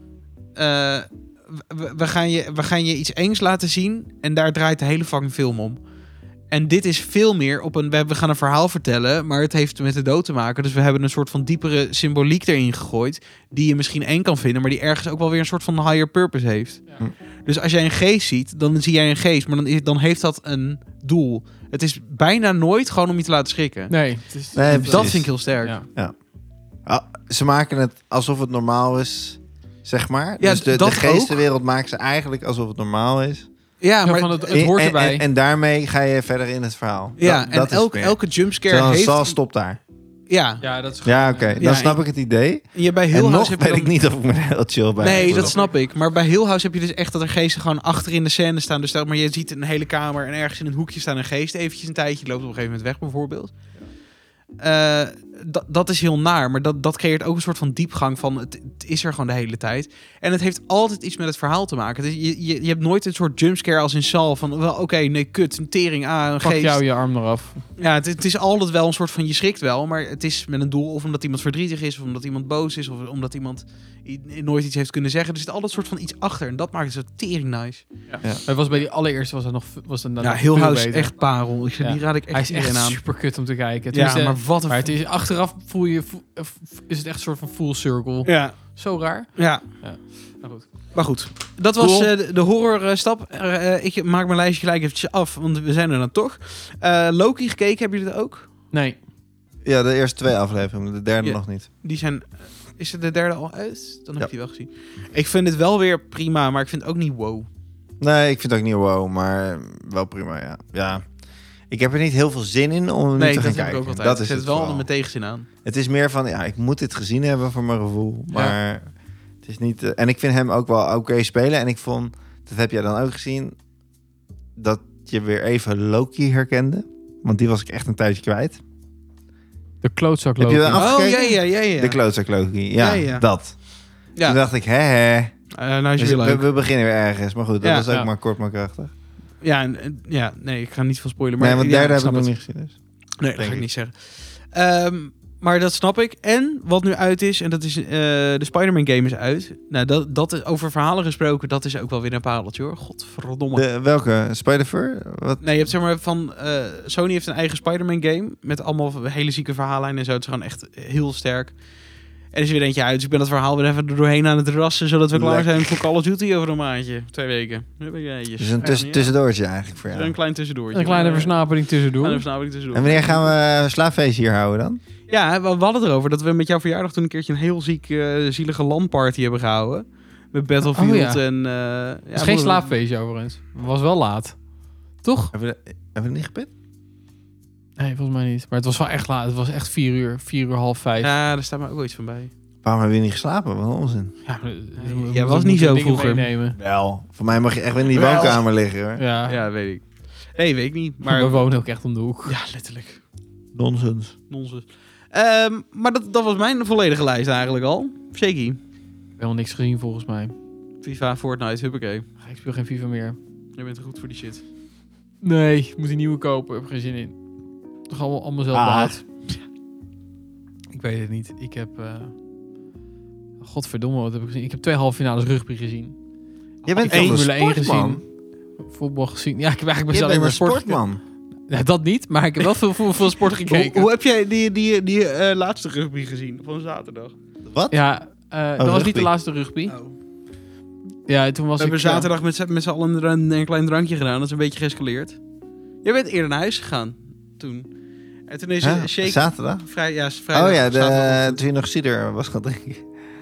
eh, we, we, gaan je, we gaan je iets engs laten zien en daar draait de hele fucking film om. En dit is veel meer op een... We we gaan een verhaal vertellen, maar het heeft met de dood te maken. Dus we hebben een soort van diepere symboliek erin gegooid, die je misschien eng kan vinden, maar die ergens ook wel weer een soort van higher purpose heeft.
Ja.
Dus als jij een geest ziet, dan zie jij een geest, maar dan, is, dan heeft dat een doel. Het is bijna nooit gewoon om je te laten schrikken.
Nee. Het is,
Nee,
dat
precies.
vind ik heel sterk.
Ja.
Ah, ze maken het alsof het normaal is, zeg maar.
Ja,
dus de,
dat
de geestenwereld maken ze eigenlijk alsof het normaal is.
Ja,
Zo
maar...
van het, het hoort
en,
erbij.
En, en daarmee ga je verder in het verhaal.
ja,
Dat-
en
dat is
elk,
meer.
elke jumpscare
Terwijl een
heeft...
Saw stopt daar.
Ja,
ja, dat is
Ja, oké. Dan
Ja,
snap
en-
ik het idee.
en je bij
En
Hill
nog
House heb je
weet
dan...
ik niet of ik me er heel chill bij
Nee,
voel.
dat snap ik. Maar bij Hill House heb je dus echt dat er geesten gewoon achter in de scène staan. Dus stel maar je ziet een hele kamer en ergens in een hoekje staan een geest eventjes een tijdje. Die loopt op een gegeven moment weg bijvoorbeeld. Eh, dat, dat is heel naar, maar dat, dat creëert ook een soort van diepgang van het, het is er gewoon de hele tijd. En het heeft altijd iets met het verhaal te maken. Het is, je, je, je hebt nooit een soort jumpscare als in Saw van wel oké, nee kut, een tering, ah, een
Pak
geest.
jou je arm eraf.
Ja, het, het is altijd wel een soort van je schrikt wel, maar het is met een doel of omdat iemand verdrietig is of omdat iemand boos is of omdat iemand i- nooit iets heeft kunnen zeggen. Er zit altijd een soort van iets achter en dat maakt het zo tering nice.
Het was bij die allereerste was het nog was het
Ja,
nog
Hill
veel
House is
beter.
echt parel. Ik,
Ja.
Die raad ik echt
Hij is
iedereen
echt
aan.
super kut om te kijken.
Ja,
Tenminste,
maar wat een...
maar het is achteraf voel je voel- eh, is het echt een soort van full circle.
Ja,
Zo raar.
ja.
Nou goed.
Maar goed, dat was
Cool.
eh, de, de horrorstap. Uh, ik maak mijn lijstje gelijk eventjes af, want we zijn er dan toch. Eh, Loki gekeken, hebben jullie dat ook?
Nee.
Ja, de eerste twee afleveringen, de derde
Ja.
nog niet.
Die zijn... Is er de derde al uit? Dan heb
Ja.
ik die wel gezien. Ik vind het wel weer prima, maar ik vind het ook niet wow.
Nee, ik vind het ook niet wow, maar wel prima, ja. Ja. Ik heb er niet heel veel zin in om nu
Nee,
te
dat
gaan
heb
kijken.
ik ook altijd.
Dat
Ik
is
zet
het
het wel
vooral.
met tegenzin aan.
Het is meer van, ja, ik moet dit gezien hebben voor mijn gevoel. Maar het is niet... eh, en ik vind hem ook wel oké spelen. En ik vond, dat heb jij dan ook gezien, dat je weer even Loki herkende. Want die was ik echt een tijdje kwijt.
De klootzak
Heb je
Loki.
dat af-
Oh,
Afgekeken?
ja, ja, ja, ja.
De klootzak Loki. Ja,
Ja, ja.
dat.
Ja,
Toen dacht ik, hè, hè.
Eh, nou is
Dus
het weer
we,
leuk.
we beginnen weer ergens. Maar goed, dat
Ja.
was ook
Ja.
maar kort maar krachtig.
Ja, en, en- ja, nee, ik ga niet veel spoilen. Maar
nee, want
ja,
derde heb ik
snap
nog
het.
niet gezien. Dus.
Nee, dat
denk
ga ik
ik.
niet zeggen. Ehm, maar dat snap ik. En wat nu uit is, en dat is eh, de Spider-Man game is uit. Nou, dat, dat is, over verhalen gesproken, dat is ook wel weer een pareltje hoor. Godverdomme.
De, welke? Spider-Ver? Wat?
Nee, je hebt zeg maar van... eh, Sony heeft een eigen Spider-Man game. Met allemaal hele zieke verhaallijnen en zo. Het is gewoon echt heel sterk. En er is weer eentje uit. Dus ik ben dat verhaal weer even er doorheen aan het rassen. Zodat we klaar
Lekker.
zijn voor Call of Duty over een maandje. Twee weken. Huppakeetjes.
Dus een
Echt
tussen,
niet,
tussendoortje eigenlijk voor
ja.
jou.
Een klein tussendoortje.
Een kleine
Maar, eh,
versnapering tussendoor.
kleine versnapering tussendoor.
En wanneer gaan we uh, slaapfeest hier houden dan?
Ja, we, we hadden het erover dat we met jouw verjaardag toen een keertje een heel ziek, eh, zielige LAN-party hebben gehouden. Met Battlefield
Oh, ja.
en... eh, ja,
Het is geen
moeten we-
slaapfeestje overigens. Het was wel laat. Toch?
Hebben we, hebben we niet gepit?
Nee, volgens mij niet. Maar het was wel echt laat. Het was echt vier uur. Vier uur, half vijf.
Ja, daar staat me ook wel iets van bij.
Waarom hebben we niet geslapen? Wat een onzin.
Ja, maar,
Jij
jij
was niet zo
dingen
vroeger.
meenemen.
Wel. Voor mij mag je echt wel in die
Wel.
woonkamer liggen, hoor.
Ja.
Ja, weet ik. Nee, weet ik niet.
Maar
Maar
we wonen ook echt om de hoek.
ja, letterlijk.
Nonsens.
Nonsens. Ehm, maar dat, dat was mijn volledige lijst eigenlijk al. Shaky.
Ik heb helemaal niks gezien volgens mij.
FIFA, Fortnite, huppakee.
Ik speel geen FIFA meer.
Je bent er goed voor die shit.
Nee, ik moet die nieuwe kopen. Ik heb geen zin in. Toch allemaal, allemaal zelf
Ah.
behaald. Ik weet het niet. Ik heb... Uh... Godverdomme, wat heb ik gezien? Ik heb twee halve finales rugby gezien.
Je bent
Ik heb
toch een
Formule één
sportman?
gezien. Voetbal gezien. Ja, ik heb eigenlijk
Je
best alleen
bent
maar
een
sport
sportman.
Ja, dat niet, maar ik heb wel veel, veel, veel sport
Hoe,
gekeken.
hoe heb jij die, die, die uh, laatste rugby gezien van zaterdag?
Wat?
Ja, uh, dat was
rugby.
niet de laatste rugby.
Oh.
Ja, toen was
We hebben
ik... uh,
zaterdag met, z'n- met z'n allen een, een klein drankje gedaan. Dat is een beetje geëscaleerd. Jij bent eerder naar huis gegaan toen. En toen is
Huh?
een shake...
Zaterdag?
Vrij, ja, vrijdag.
Oh ja, de,
zaterdagochtend.
toen je nog cider was gaan drinken.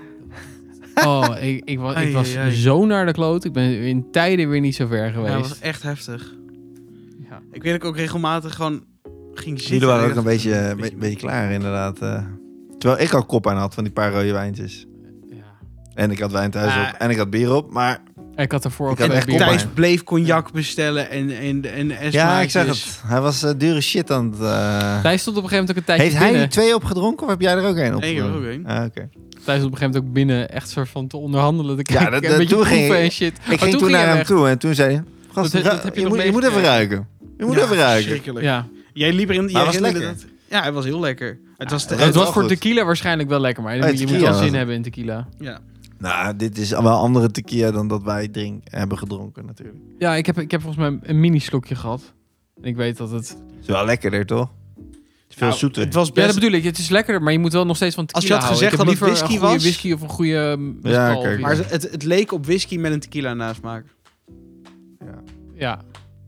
Oh, ik, ik was, ik
Ai,
was
ai, ai.
zo naar de kloot. Ik ben in tijden weer niet zo ver
Ja,
geweest.
dat was echt heftig.
Ja.
Ik weet dat ik ook regelmatig gewoon ging zitten.
Jullie waren
en
ook
ik
een
dacht,
beetje, een beetje, beetje klaar, inderdaad. eh. Terwijl ik al kop aan had van die paar rode wijntjes.
Ja.
En ik had wijn thuis
Ah.
op. En ik had bier op. Maar
Ik had ervoor ook
Ik had
geen
echt
bier.
kop
Thijs
aan.
bleef cognac bestellen en, en, en, en
ja, ik
smaakjes.
zeg het. Hij was eh, dure shit aan het... eh.
Thijs stond op een gegeven moment ook een tijdje
Heeft hij
binnen.
die twee opgedronken of heb jij er ook één op?
Nee, ik heb er ook één.
Ah, oké.
Thijs stond op een gegeven moment ook binnen echt soort van te onderhandelen. Te
Ja,
kijken,
dat-
een
dat-
beetje
toen ging
proeven
ik-
en shit.
Ik ging toen, naar hem toe en toen zei hij... Gast,
Dat- dat
ru-
heb je
je,
nog
moet, je moet even
meegekregen.
ruiken. Je moet
Ja,
even ruiken.
verschrikkelijk.
Ja.
Jij liep erin... jij
was het
rende
lekker?
dat- ja, het was heel lekker. Het was, te,
het
Het
wel
was voor
goed.
tequila waarschijnlijk wel lekker, maar je,
Oh,
moet- je moet
tequila
wel
was
zin
het.
hebben in tequila.
ja.
Nou, dit is wel andere tequila dan dat wij drink, hebben gedronken natuurlijk.
Ja, ik heb, ik heb volgens mij een mini slokje gehad. En ik weet dat het...
Is wel lekkerder, toch? Veel
Nou,
zoeter.
Het was
Ja,
best...
dat bedoel ik. Het is lekkerder, maar je moet wel nog steeds van
Als
tequila
je had
houden.
gezegd
Ik heb
dat het
liever
whisky
een goede
was-
whisky of een goede
Ja,
Mezcal
kijk.
of
maar
iets.
het, het leek op whisky met een tequila nasmaak.
Ja.
Ja.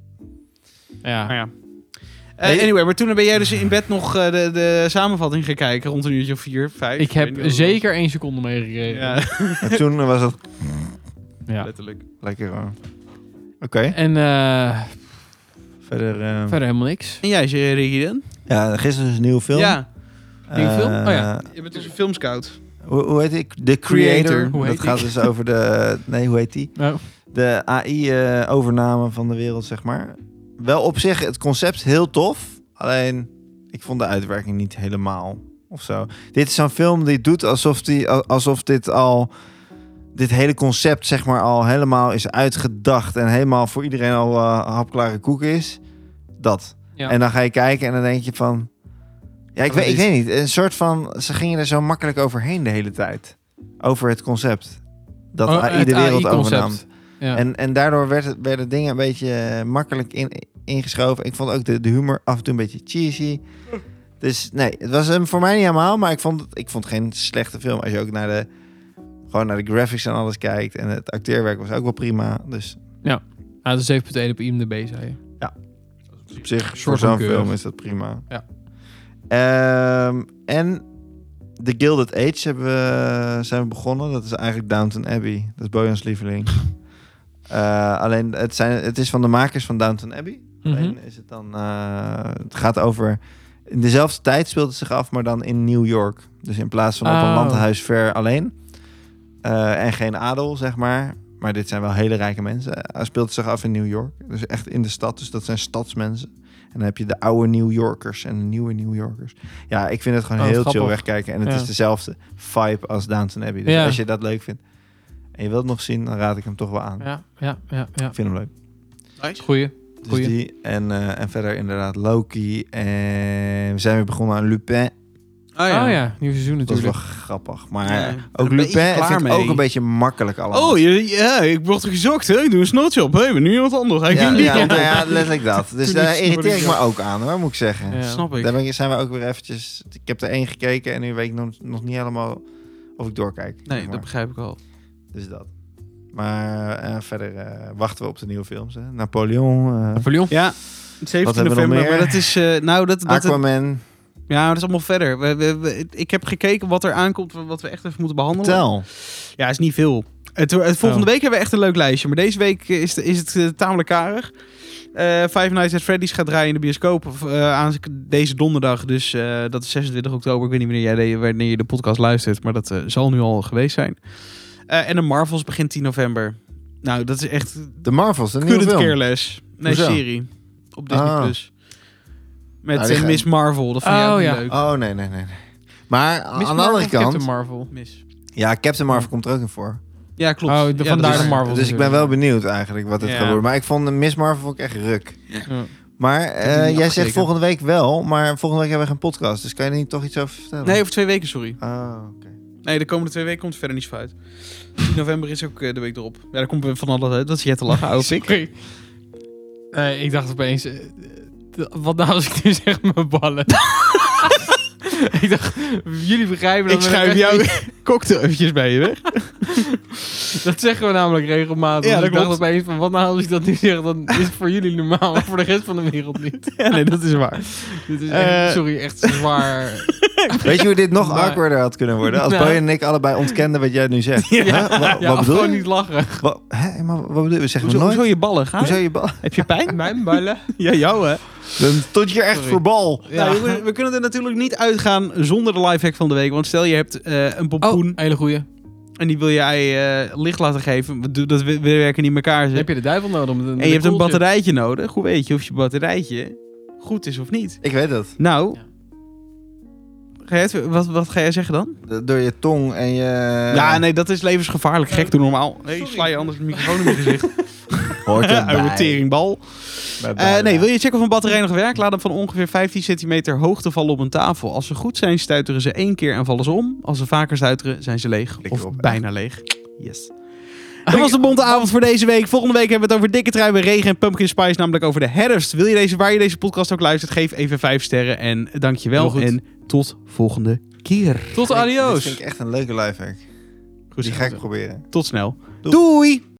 Ja.
Maar ja. Eh,
Nee.
anyway, maar toen ben jij dus in bed nog eh, de, de samenvatting gaan kijken. Rond een uurtje of vier, vijf.
Ik
weet
heb
niet wat het
zeker één seconde meegekregen.
was. Ja,
En toen was het
Ja.
letterlijk.
lekker hoor. Oké,
En uh,
verder... eh,
verder helemaal niks.
En jij, Ricky dan?
Ja, gisteren is een nieuwe film.
Ja,
Nieuwe film? Oh ja.
je bent dus een filmscout.
Hoe, hoe heet ik? The Creator.
Creator.
Hoe heet
dat gaat
die?
dus over de... Nee, hoe heet die?
Nou,
De A I-overname van de wereld, zeg maar. Wel op zich het concept heel tof. Alleen, ik vond de uitwerking niet helemaal of zo. Dit is zo'n film die doet alsof, die, alsof dit al... Dit hele concept, zeg maar, al helemaal is uitgedacht. En helemaal voor iedereen al uh, hapklare koek is. Dat.
ja.
En dan ga je kijken en dan denk je van... Ja, ik,
Wat
weet, ik
is-
weet niet. Een soort van... Ze gingen er zo makkelijk overheen de hele tijd. Over het concept. Dat
Oh,
A I
het
de wereld
A I-concept.
overnam.
Ja.
En, en daardoor werd het, werden dingen een beetje eh, makkelijk in, ingeschoven. Ik vond ook de, de humor af en toe een beetje cheesy. Dus nee, het was hem voor mij niet helemaal. Maar ik vond het, ik vond het geen slechte film. Als je ook naar de, gewoon naar de graphics en alles kijkt. En het acteerwerk was ook wel prima. Dus
Ah, de zeven punt één op I M D B, zei je.
op zich, voor
Soort
zo'n
van keurig.
film is dat prima.
Ja.
Ehm, en The Gilded Age hebben we, zijn we begonnen. Dat is eigenlijk Downton Abbey. Dat is Bojan's lieveling. Eh, alleen, het, zijn, het is van de makers van Downton Abbey.
Mhm.
Alleen is het dan... eh, het gaat over... In dezelfde tijd speelt het zich af, maar dan in New York. Dus in plaats van op een
Oh.
landhuis ver alleen. Eh, en geen adel, zeg maar. Maar dit zijn wel hele rijke mensen. Hij speelt zich af in New York. Dus echt in de stad. Dus dat zijn stadsmensen. En dan heb je de oude New Yorkers en de nieuwe New Yorkers. Ja, ik vind het gewoon
Oh,
heel
grappig.
chill wegkijken. En het
Ja.
is dezelfde vibe als Downton Abbey. Dus
Ja.
als je dat leuk vindt en je wilt nog zien, dan raad ik hem toch wel aan.
Ja, ja, ja, ja.
Ik vind hem leuk.
Nice.
Goeie.
Dus
Goeie.
die en, eh, en verder inderdaad Loki. En we zijn weer begonnen aan Lupin.
Oh ja.
Oh ja, nieuw seizoen
Dat is wel
natuurlijk.
grappig. Maar
Ja,
eh,
ik ben
ook
een beetje
Lupin
klaar
vind ik
mee.
ook een beetje makkelijk allemaal.
Oh, je, ja, ik word gezocht. Hè? Ik doe een snotje op. Hé, hey, maar nu iemand anders. Hij
ja,
ging die
ja,
kant
nou
op.
ja, letterlijk dat. Dus
Toen
daar
is-
irriteer ik me
word ik-
ook aan hoor, moet ik zeggen.
Ja.
Snap ik.
Daar ben ik, zijn we ook weer eventjes... Ik heb er één gekeken en nu weet ik nog, nog niet helemaal of ik doorkijk.
Nee,
zeg maar.
dat begrijp ik al.
Dus dat. Maar eh, verder eh, wachten we op de nieuwe films. Hè. Napoleon, eh,
Napoleon.
Ja, zeventien
Wat hebben we nog
november.
meer?
Maar dat is... eh, nou, dat, dat,
Aquaman.
ja, maar dat is allemaal verder. We, we, we- ik heb gekeken wat er aankomt, wat we echt even moeten behandelen.
Tel.
Ja, is niet veel. Het, het volgende
Oh.
week hebben we echt een leuk lijstje. Maar deze week is, de, is het uh, tamelijk karig. Uh, Five Nights at Freddy's gaat draaien in de bioscoop uh, aan deze donderdag. Dus uh, dat is zesentwintig oktober. Ik weet niet wanneer, jij de, wanneer je de podcast luistert. Maar dat uh, zal nu al geweest zijn. Uh, en de Marvels begint tien november. Nou, dat is echt...
De Marvels, een nieuwe
Couldn't
film.
care less. Nee,
Hoezo?
serie. Op Disney+.
Ah.
Plus. Met
Nou, die
uh,
gaan-
Miss Marvel. Dat vond je
Oh,
ook niet
ja.
leuk.
Oh, nee, nee, nee. nee. Maar
Miss
aan de
Marvel
andere
of
kant...
Captain Marvel.
Miss.
Ja, Captain Marvel komt er ook in voor.
Ja, klopt.
Oh, de-
Ja,
vandaar
dat is-
de Marvel.
Dus ik ben wel benieuwd eigenlijk wat het
Ja.
gaat worden. Maar ik vond de Miss Marvel vond ik echt ruk.
Ja.
Maar
heb
eh,
het niet
jij zegt
afgekeken.
volgende week wel, maar volgende week hebben we geen podcast. Dus kan je er niet toch iets over vertellen?
Nee, over twee weken, sorry.
Oh, oké.
Nee, de komende twee weken komt er verder niet zoveel uit. tien november is ook uh, de week erop. Ja, daar komt van alles uit. Dat is jij te lachen, oude pik.
Sorry. Nee, ik dacht opeens... eh, d- wat nou als ik nu zeg mijn ballen? Ik dacht, jullie begrijpen dat...
Ik
we
schuif
echt
jou
niet-
cocktail eventjes bij je weg.
Dat zeggen we namelijk regelmatig.
Ja,
Dus
dat
ik dacht
klopt.
opeens van, wat nou als ik dat nu zeg, dan is het voor jullie normaal, maar voor de rest van de wereld niet.
Ja, nee, dat is waar.
Dit is
Eh.
echt, sorry, echt zwaar.
Weet je hoe dit nog
Maar-
awkwarder had kunnen worden? Als
Nou.
Bojan en ik allebei ontkenden wat jij nu zegt.
Ja.
Huh? Wa-
Ja,
wat
of
bedoel
gewoon
je?
niet lachen.
Wat, hè? Maar wat bedoel je? We zeggen
Hoezo,
nooit.
hoezo je ballen? Ga
Hoezo je bal?
Heb je pijn?
Mijn ballen.
Ja, jou hè.
Dan stond je er echt
Sorry.
voor bal.
Ja.
Nou, jongen, we kunnen er natuurlijk niet uitgaan zonder de lifehack van de week. Want stel je hebt eh, een pompoen
Oh, hele goeie.
en die wil jij eh, licht laten geven. We, doen- dat, we, we werken niet met elkaar.
Dan
Zeg.
heb je de duivel nodig. Met een,
En je hebt een
koeltje.
batterijtje nodig. Hoe weet je of je batterijtje goed is of niet?
Ik weet het.
Nou,
Ja.
ga jij het- wat, wat ga jij zeggen dan?
D- Door je tong en je...
ja, nee, dat is levensgevaarlijk. Gek, doe normaal. Hey,
Sorry.
sla je anders de microfoon in je gezicht.
Hoort erbij.
Oude teringbal.
Bij-
Eh,
bij-
nee, wil je checken of een batterij nog werkt? Laat hem van ongeveer vijftien centimeter hoogte vallen op een tafel. Als ze goed zijn, stuiteren ze één keer en vallen ze om. Als ze vaker stuiteren, zijn ze leeg.
Klik
Of
erop, hè.
bijna leeg. Yes. Dat was de bonte avond voor deze week. Volgende week hebben we het over dikke truien, regen en pumpkin spice, namelijk over de herfst. Wil je deze, waar je deze podcast ook luistert, geef even vijf sterren. En dankjewel.
Heel goed.
En tot volgende keer.
Tot
Dit
adios.
vind ik echt een leuke lifehack.
Goed
Die
zo.
ga ik proberen.
Tot snel.
Doei.
Doei!